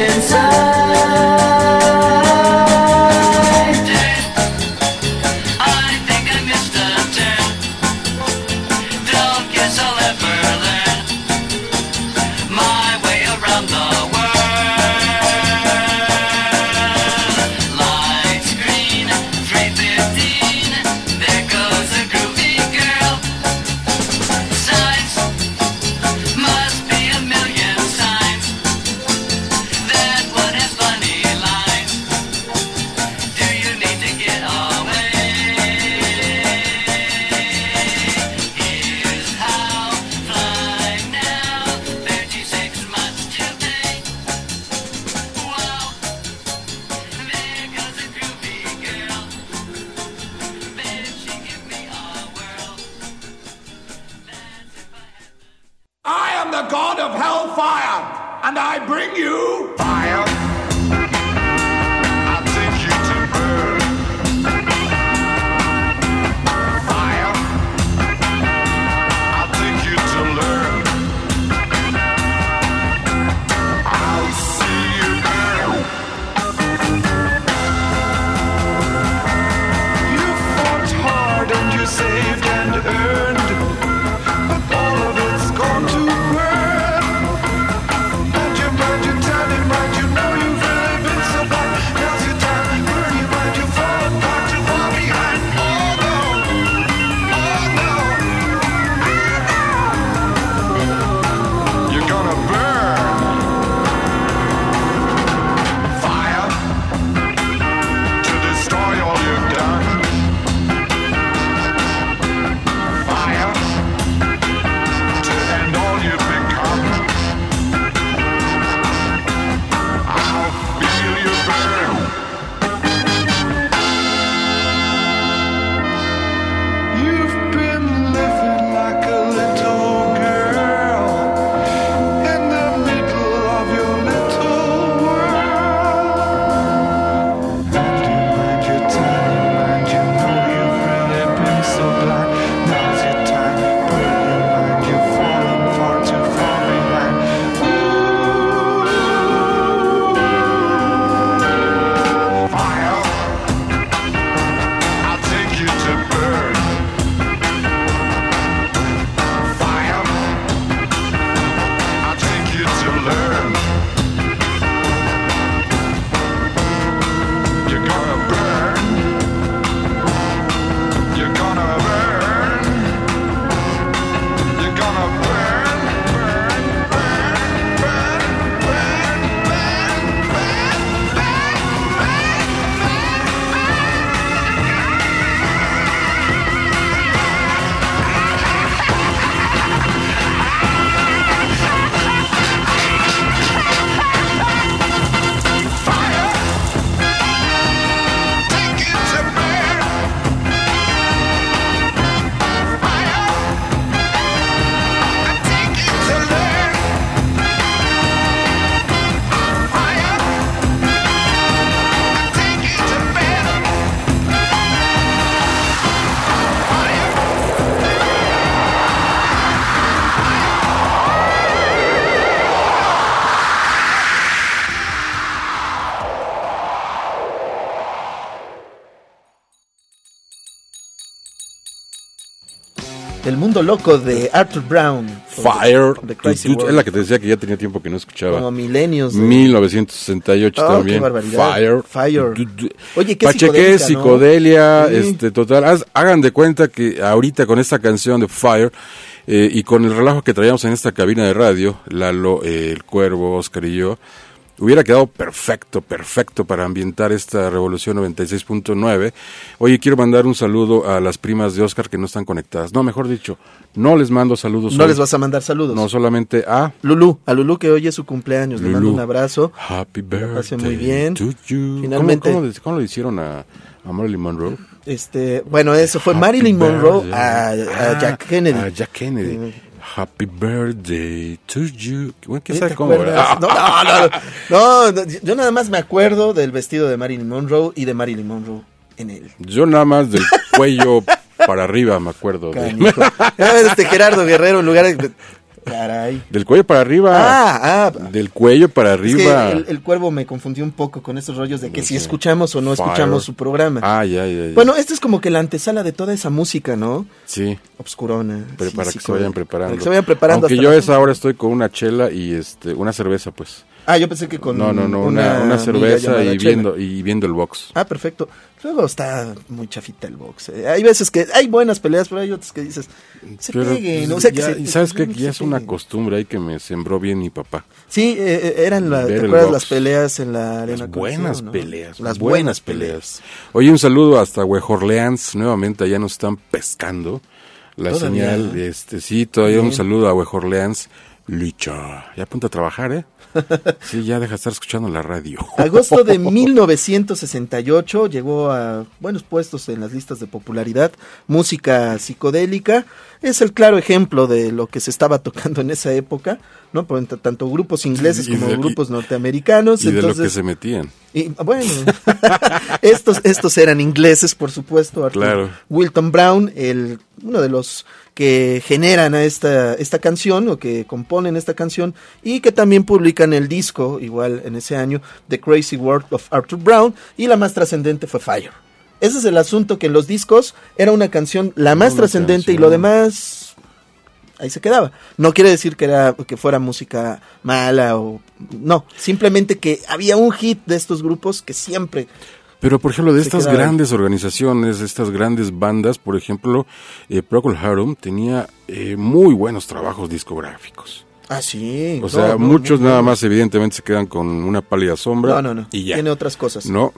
Speaker 10: inside. Turn, I think I missed a turn. Don't guess I'll ever learn my way around the world. Lights green, three fifteen. There goes a groovy girl. Signs must be a million signs. That one has funny lines. Do you need to get away? Here's how. Fly now. thirty-six months to pay. Wow. There goes a groovy girl. Bet she give me a whirl. That's if I had
Speaker 12: I am the god of hellfire, and I bring you fire. I'll take you to burn. Fire. I'll take you to learn. I'll see you burn. You fought hard and you saved and earned, but all of it's gone to burn. And you burned your talent right, you know.
Speaker 6: El mundo loco de Arthur Brown.
Speaker 13: Fire.
Speaker 6: The Crazy
Speaker 13: Tu- tu-
Speaker 6: World.
Speaker 13: es la que te decía que ya tenía tiempo que no escuchaba.
Speaker 6: Como milenios. de-
Speaker 13: mil novecientos sesenta y ocho
Speaker 6: Oh,
Speaker 13: también.
Speaker 6: qué barbaridad.
Speaker 13: Fire.
Speaker 6: Fire.
Speaker 13: Du- du-
Speaker 6: Oye, qué
Speaker 13: Pachequé,
Speaker 6: psicodélica, ¿no?
Speaker 13: psicodelia,
Speaker 6: Sí.
Speaker 13: este, total. Haz- hagan de cuenta que ahorita con esta canción de Fire eh, y con el relajo que traíamos en esta cabina de radio, Lalo, eh, el Cuervo, Oscar y yo, hubiera quedado perfecto, perfecto para ambientar esta Revolución noventa y seis punto nueve. Oye, quiero mandar un saludo a las primas de Oscar que no están conectadas. No, mejor dicho, no les mando saludos.
Speaker 6: No
Speaker 13: hoy.
Speaker 6: les vas a mandar saludos.
Speaker 13: No, solamente a
Speaker 6: Lulú, a Lulú que hoy es su cumpleaños. Le mando
Speaker 13: Lulú.
Speaker 6: un abrazo.
Speaker 13: Happy
Speaker 6: Que la
Speaker 13: Birthday
Speaker 6: pase muy bien.
Speaker 13: to you.
Speaker 6: Finalmente.
Speaker 13: ¿Cómo, cómo, le- cómo le hicieron a, a Marilyn Monroe?
Speaker 6: Este, bueno, eso fue
Speaker 13: Happy
Speaker 6: Marilyn Monroe
Speaker 13: birthday.
Speaker 6: a, a
Speaker 13: Ah,
Speaker 6: Jack Kennedy.
Speaker 13: A Jack Kennedy.
Speaker 6: Mm.
Speaker 13: Happy birthday to you. Bueno, ¿quién
Speaker 6: ¿Sí
Speaker 13: sabe
Speaker 6: te
Speaker 13: cómo?
Speaker 6: acuerdas?
Speaker 13: ¿verdad?
Speaker 6: No, no, no, no, yo nada más me acuerdo del vestido de Marilyn Monroe y de Marilyn Monroe en él.
Speaker 13: Yo nada más del cuello para arriba me acuerdo. de-
Speaker 6: Canijo. Este Gerardo Guerrero en lugar de... Caray.
Speaker 13: Del cuello para arriba.
Speaker 6: Ah, ah.
Speaker 13: Del cuello para
Speaker 6: Es que
Speaker 13: arriba.
Speaker 6: el, el cuervo me confundió un poco con estos rollos de que
Speaker 13: No
Speaker 6: si
Speaker 13: sé.
Speaker 6: escuchamos o no
Speaker 13: Fire.
Speaker 6: escuchamos su programa.
Speaker 13: Ah, ya, ya, ya.
Speaker 6: Bueno, esto es como que la antesala de toda esa música, ¿no?
Speaker 13: Sí.
Speaker 6: Obscurona.
Speaker 13: Pero
Speaker 6: sí,
Speaker 13: para
Speaker 6: sí,
Speaker 13: que se vayan preparando.
Speaker 6: Para que se vayan preparando.
Speaker 13: Aunque
Speaker 6: hasta
Speaker 13: yo a
Speaker 6: la-
Speaker 13: esa hora estoy con una chela y este una cerveza, pues.
Speaker 6: Ah, yo pensé que con
Speaker 13: No, no, no,
Speaker 6: una,
Speaker 13: una, una
Speaker 6: amiga
Speaker 13: cerveza
Speaker 6: llamada
Speaker 13: y
Speaker 6: Chela.
Speaker 13: viendo, y viendo el box.
Speaker 6: Ah, perfecto. Luego está muy chafita el box. eh. Hay veces que hay buenas peleas, pero hay otras que dices, se
Speaker 13: Pero,
Speaker 6: peguen,
Speaker 13: pues,
Speaker 6: ¿no? O sea, que
Speaker 13: ya-
Speaker 6: se-
Speaker 13: y sabes que
Speaker 6: se
Speaker 13: ya es una
Speaker 6: peguen.
Speaker 13: costumbre ahí que me sembró bien mi papá.
Speaker 6: Sí, eh, eh, eran la,
Speaker 13: Ver
Speaker 6: ¿te
Speaker 13: el
Speaker 6: acuerdas
Speaker 13: box.
Speaker 6: las peleas en la arena?
Speaker 13: Las buenas
Speaker 6: Coliseo, ¿no?
Speaker 13: peleas.
Speaker 6: Las
Speaker 13: buenas
Speaker 6: buenas
Speaker 13: peleas. Oye, un saludo hasta Huejorleans. Nuevamente allá nos están pescando la
Speaker 6: Todavía.
Speaker 13: señal. Este, sí, todavía un
Speaker 6: Bien.
Speaker 13: saludo a Huejorleans. Licho. Ya apunta a trabajar, ¿eh? Sí, ya deja de estar escuchando la radio.
Speaker 6: Agosto de mil novecientos sesenta y ocho llegó a buenos puestos en las listas de popularidad. Música psicodélica es el claro ejemplo de lo que se estaba tocando en esa época, ¿no? Por entre tanto grupos ingleses
Speaker 13: Y
Speaker 6: como
Speaker 13: de-
Speaker 6: grupos norteamericanos.
Speaker 13: Y de
Speaker 6: entonces,
Speaker 13: lo que se metían.
Speaker 6: y, bueno, estos, estos eran ingleses, por supuesto. Arthur
Speaker 13: Claro.
Speaker 6: Wilton Brown, el, uno de los que generan a esta, esta canción o que componen esta canción y que también publican el disco, igual en ese año, The Crazy World of Arthur Brown, y la más trascendente fue Fire. Ese es el asunto, que en los discos era una canción la más
Speaker 13: Una
Speaker 6: trascendente y
Speaker 13: canción.
Speaker 6: lo demás ahí se quedaba. No quiere decir que era que fuera música mala o no, simplemente que había un hit de estos grupos que siempre.
Speaker 13: Pero, por ejemplo, de
Speaker 6: Se
Speaker 13: estas
Speaker 6: queda ahí.
Speaker 13: grandes organizaciones, de estas grandes bandas, por ejemplo, eh, Procol Harum tenía eh, muy buenos trabajos discográficos.
Speaker 6: Ah, sí.
Speaker 13: O
Speaker 6: no,
Speaker 13: sea,
Speaker 6: no,
Speaker 13: muchos
Speaker 6: no,
Speaker 13: nada
Speaker 6: no.
Speaker 13: más evidentemente se quedan con una pálida sombra.
Speaker 6: No, no, no.
Speaker 13: Y ya.
Speaker 6: Tiene otras cosas.
Speaker 13: No,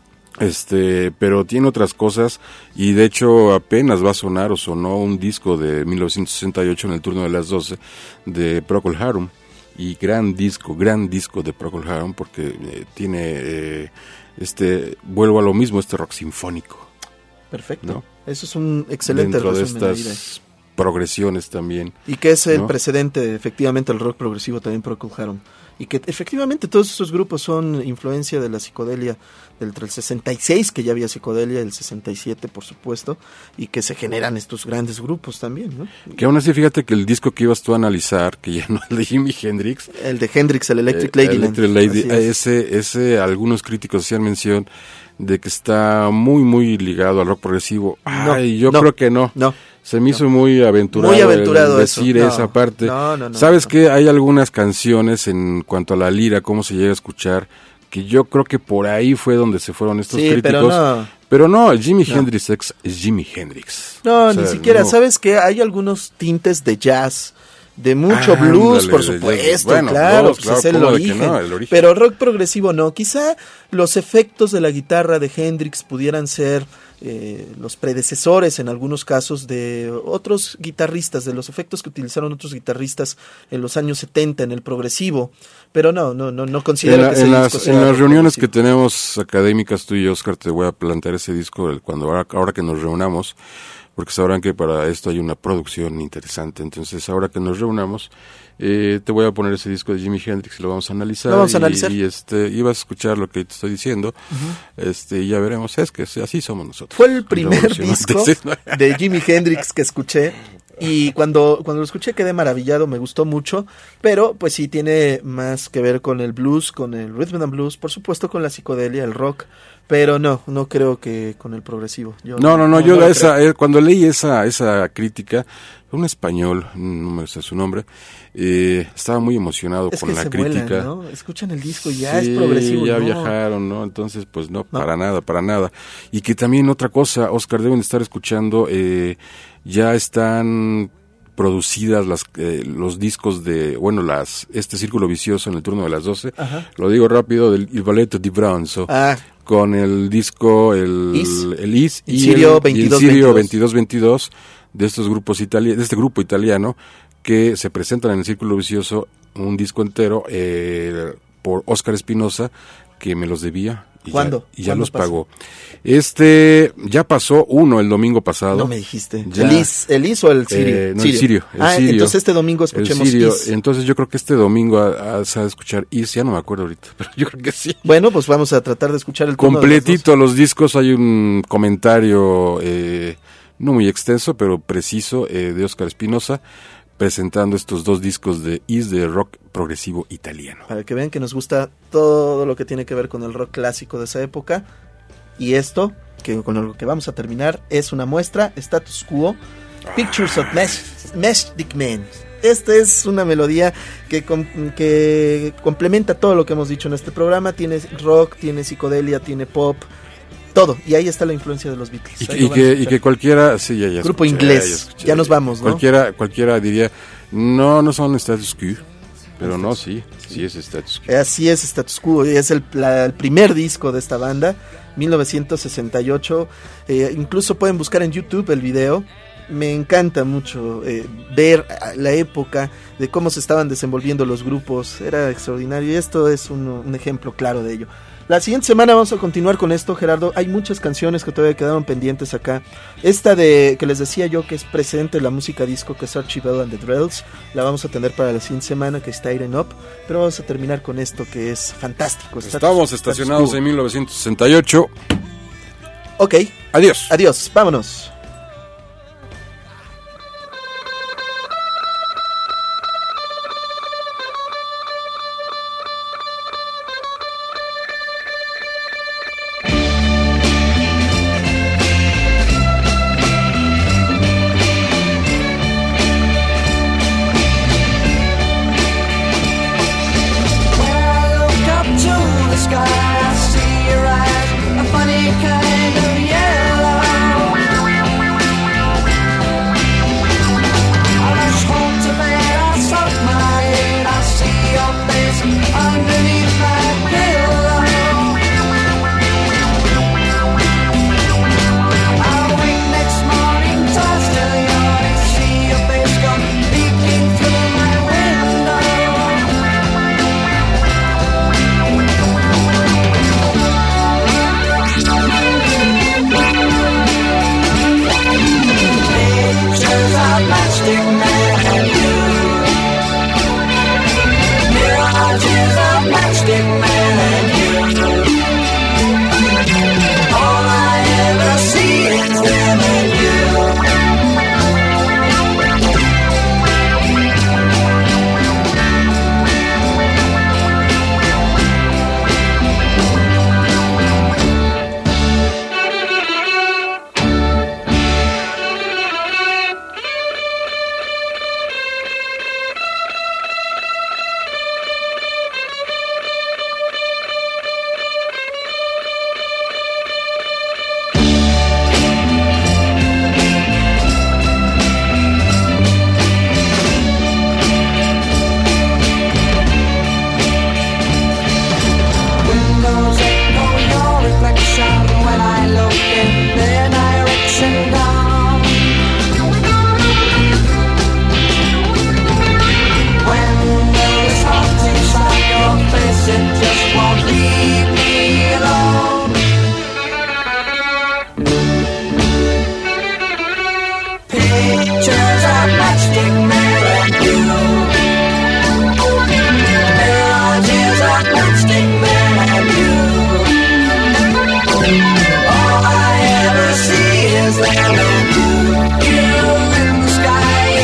Speaker 13: este, pero tiene otras cosas y de hecho apenas va a sonar o sonó un disco de mil novecientos sesenta y ocho en el turno de las doce de Procol Harum, y gran disco, gran disco de Procol Harum porque eh, tiene, eh, este, vuelvo a lo mismo, este rock sinfónico.
Speaker 6: Perfecto.
Speaker 13: ¿No?
Speaker 6: Eso es un excelente
Speaker 13: Dentro de
Speaker 6: resumen de
Speaker 13: estas progresiones también.
Speaker 6: Y que es el
Speaker 13: ¿no?
Speaker 6: precedente, efectivamente, el rock progresivo también Procol Harum. Y que efectivamente todos esos grupos son influencia de la psicodelia del el sesenta y seis, que ya había psicodelia, el sesenta y siete, por supuesto, y que se generan estos grandes grupos también, ¿no?
Speaker 13: Que aún así, fíjate que el disco que ibas tú a analizar, que ya no es de Jimi Hendrix,
Speaker 6: El de Hendrix, el Electric
Speaker 13: Eh,
Speaker 6: Ladyland.
Speaker 13: Electric Lady,
Speaker 6: Así es.
Speaker 13: ese, ese, algunos críticos hacían mención de que está muy, muy ligado al rock progresivo.
Speaker 6: No,
Speaker 13: Ay, yo
Speaker 6: no,
Speaker 13: creo que no.
Speaker 6: No.
Speaker 13: Se me hizo muy aventurado,
Speaker 6: Muy aventurado
Speaker 13: el
Speaker 6: eso.
Speaker 13: decir
Speaker 6: No,
Speaker 13: esa parte.
Speaker 6: no, no, no,
Speaker 13: ¿Sabes
Speaker 6: no.
Speaker 13: qué? Hay algunas canciones en cuanto a la lira, cómo se llega a escuchar, que yo creo que por ahí fue donde se fueron estos
Speaker 6: Sí, pero
Speaker 13: críticos.
Speaker 6: no.
Speaker 13: Pero no, Jimi
Speaker 6: No.
Speaker 13: Hendrix es, es Jimi Hendrix.
Speaker 6: No,
Speaker 13: O sea,
Speaker 6: ni siquiera.
Speaker 13: no.
Speaker 6: ¿Sabes qué? Hay algunos tintes de jazz, de mucho
Speaker 13: Ándale,
Speaker 6: blues, por
Speaker 13: de jazz.
Speaker 6: supuesto,
Speaker 13: Bueno,
Speaker 6: claro,
Speaker 13: blues,
Speaker 6: pues
Speaker 13: claro,
Speaker 6: es el
Speaker 13: ¿cómo de que
Speaker 6: origen,
Speaker 13: no? El origen.
Speaker 6: Pero rock progresivo no. Quizá los efectos de la guitarra de Hendrix pudieran ser eh, los predecesores en algunos casos de otros guitarristas, de los efectos que utilizaron otros guitarristas en los años setenta en el progresivo, pero no, no, no, no considero
Speaker 13: En, la-
Speaker 6: que ese
Speaker 13: en
Speaker 6: disco
Speaker 13: las,
Speaker 6: sea
Speaker 13: en las
Speaker 6: rock
Speaker 13: reuniones que
Speaker 6: progresivo.
Speaker 13: tenemos académicas, tú y yo, Oscar, te voy a plantear ese disco el- cuando ahora, ahora que nos reunamos, porque sabrán que para esto hay una producción interesante. Entonces, ahora que nos reunamos, eh, te voy a poner ese disco de Jimi Hendrix y lo vamos a analizar.
Speaker 6: Lo vamos a
Speaker 13: y,
Speaker 6: analizar.
Speaker 13: Y, este, y vas a escuchar lo que te estoy diciendo. este Y ya veremos. Es que así somos nosotros.
Speaker 6: Fue el primer
Speaker 13: Revolucionantes.
Speaker 6: disco de Jimi Hendrix que escuché Y cuando, cuando lo escuché quedé maravillado, me gustó mucho, pero pues sí tiene más que ver con el blues, con el rhythm and blues, por supuesto con la psicodelia, el rock, pero no, no creo que con el progresivo. Yo,
Speaker 13: no, no, no, yo
Speaker 6: lo
Speaker 13: esa,
Speaker 6: creo.
Speaker 13: eh, cuando leí esa, esa crítica, un español, no me sé su nombre, eh, estaba muy emocionado
Speaker 6: Es
Speaker 13: con
Speaker 6: que
Speaker 13: la
Speaker 6: se
Speaker 13: crítica.
Speaker 6: vuelan, ¿no? Escuchan el disco y ya
Speaker 13: Sí,
Speaker 6: es progresivo.
Speaker 13: ya
Speaker 6: ¿no?
Speaker 13: viajaron, ¿no? Entonces, pues no, no, para nada, para nada. Y que también otra cosa, Oscar, deben estar escuchando, eh, ya están producidas las eh, los discos de, bueno, las este Círculo Vicioso en el turno de las doce.
Speaker 6: Ajá.
Speaker 13: Lo digo rápido, del Il Balletto di Bronzo.
Speaker 6: Ah.
Speaker 13: Con el disco, el
Speaker 6: Is,
Speaker 13: el, Is
Speaker 6: el
Speaker 13: y
Speaker 6: Sirio
Speaker 13: el,
Speaker 6: veintidós
Speaker 13: y el Sirio
Speaker 6: veintidós.
Speaker 13: veintidós veintidós de estos grupos italianos, de este grupo italiano, que se presentan en el Círculo Vicioso, un disco entero eh, por Óscar Espinosa, que me los debía. Y
Speaker 6: ¿Cuándo?
Speaker 13: Ya, y ya
Speaker 6: ¿Cuándo
Speaker 13: los
Speaker 6: pasó?
Speaker 13: pagó. Este, ya pasó uno el domingo pasado.
Speaker 6: No me dijiste.
Speaker 13: Ya.
Speaker 6: ¿El Is, el Is o el Sirio?
Speaker 13: Eh, no, el Sirio. El
Speaker 6: ah,
Speaker 13: Sirio.
Speaker 6: entonces este domingo escuchemos
Speaker 13: el Sirio.
Speaker 6: Is.
Speaker 13: Entonces yo creo que este domingo a, a, se ha de escuchar Is, ya no me acuerdo ahorita, pero yo creo que sí.
Speaker 6: Bueno, pues vamos a tratar de escuchar el turno de las
Speaker 13: Completito los discos, hay un comentario eh, no muy extenso, pero preciso, eh, de Óscar Espinosa, presentando estos dos discos de Is, de rock progresivo italiano.
Speaker 6: Para que vean que nos gusta todo lo que tiene que ver con el rock clásico de esa época. Y esto, que con lo que vamos a terminar, es una muestra, Status Quo, Pictures of Mystic Men. Esta es una melodía que, com que complementa todo lo que hemos dicho en este programa. Tiene rock, tiene psicodelia, tiene pop, todo. Y ahí está la influencia de los Beatles.
Speaker 13: Y,
Speaker 6: Ahí
Speaker 13: y,
Speaker 6: lo van a
Speaker 13: que, y
Speaker 6: escuchar.
Speaker 13: que cualquiera, sí, ya, ya
Speaker 6: Grupo
Speaker 13: escuché,
Speaker 6: inglés,
Speaker 13: ya, escuché,
Speaker 6: ya nos vamos, ¿no?
Speaker 13: Cualquiera, cualquiera diría, no, no son Status Quo, pero no, sí, sí es Status Quo.
Speaker 6: Así es, Status Quo, es el, la, el primer disco de esta banda, mil novecientos sesenta y ocho, eh, incluso pueden buscar en YouTube el video. Me encanta mucho eh, ver la época de cómo se estaban desenvolviendo los grupos, era extraordinario y esto es un, un ejemplo claro de ello. La siguiente semana vamos a continuar con esto, Gerardo. Hay muchas canciones que todavía quedaron pendientes acá. Esta de que les decía yo que es presente la música disco, que es Archie Bell and the Drells, la vamos a tener para la siguiente semana, que está Iron Up. Pero vamos a terminar con esto que es fantástico.
Speaker 13: Estamos estacionados en mil novecientos sesenta y ocho.
Speaker 6: Ok.
Speaker 13: Adiós.
Speaker 6: Adiós, vámonos.
Speaker 10: All I ever see is them and you, you in the sky.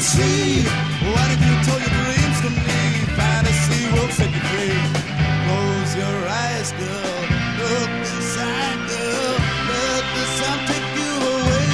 Speaker 9: see. Why did you tell your dreams to me? Fantasy will set you free. Close your eyes, girl. Look inside, girl. Let the sound take you away.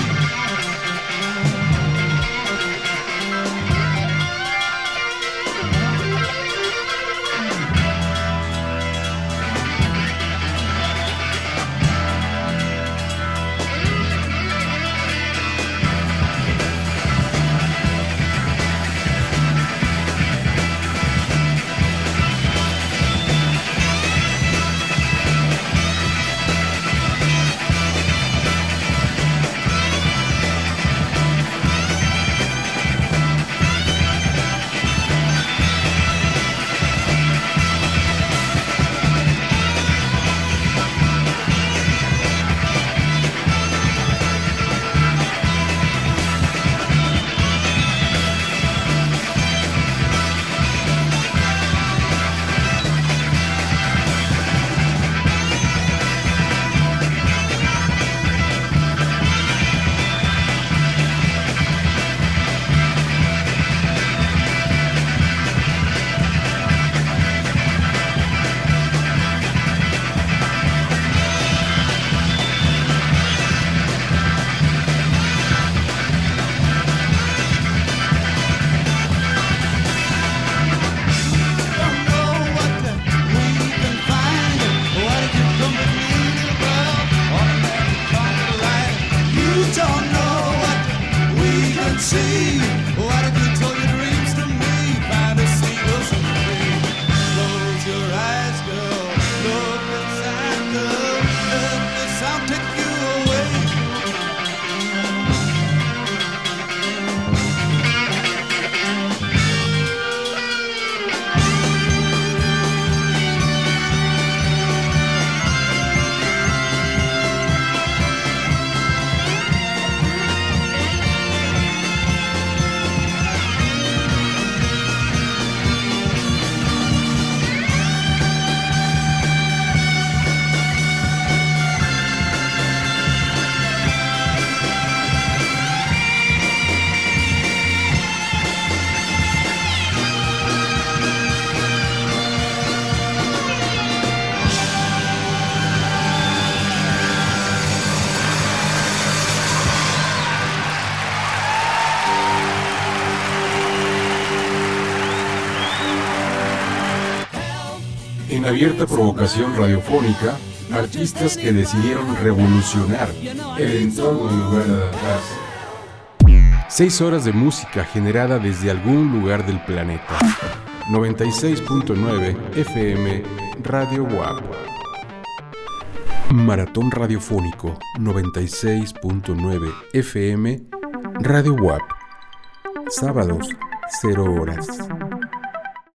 Speaker 4: En abierta provocación radiofónica, artistas que decidieron revolucionar el entorno en lugar de adaptarse. Seis horas de música generada desde algún lugar del planeta. noventa y seis punto nueve F M Radio W A P. Maratón radiofónico noventa y seis punto nueve F M Radio W A P. Sábados, cero horas.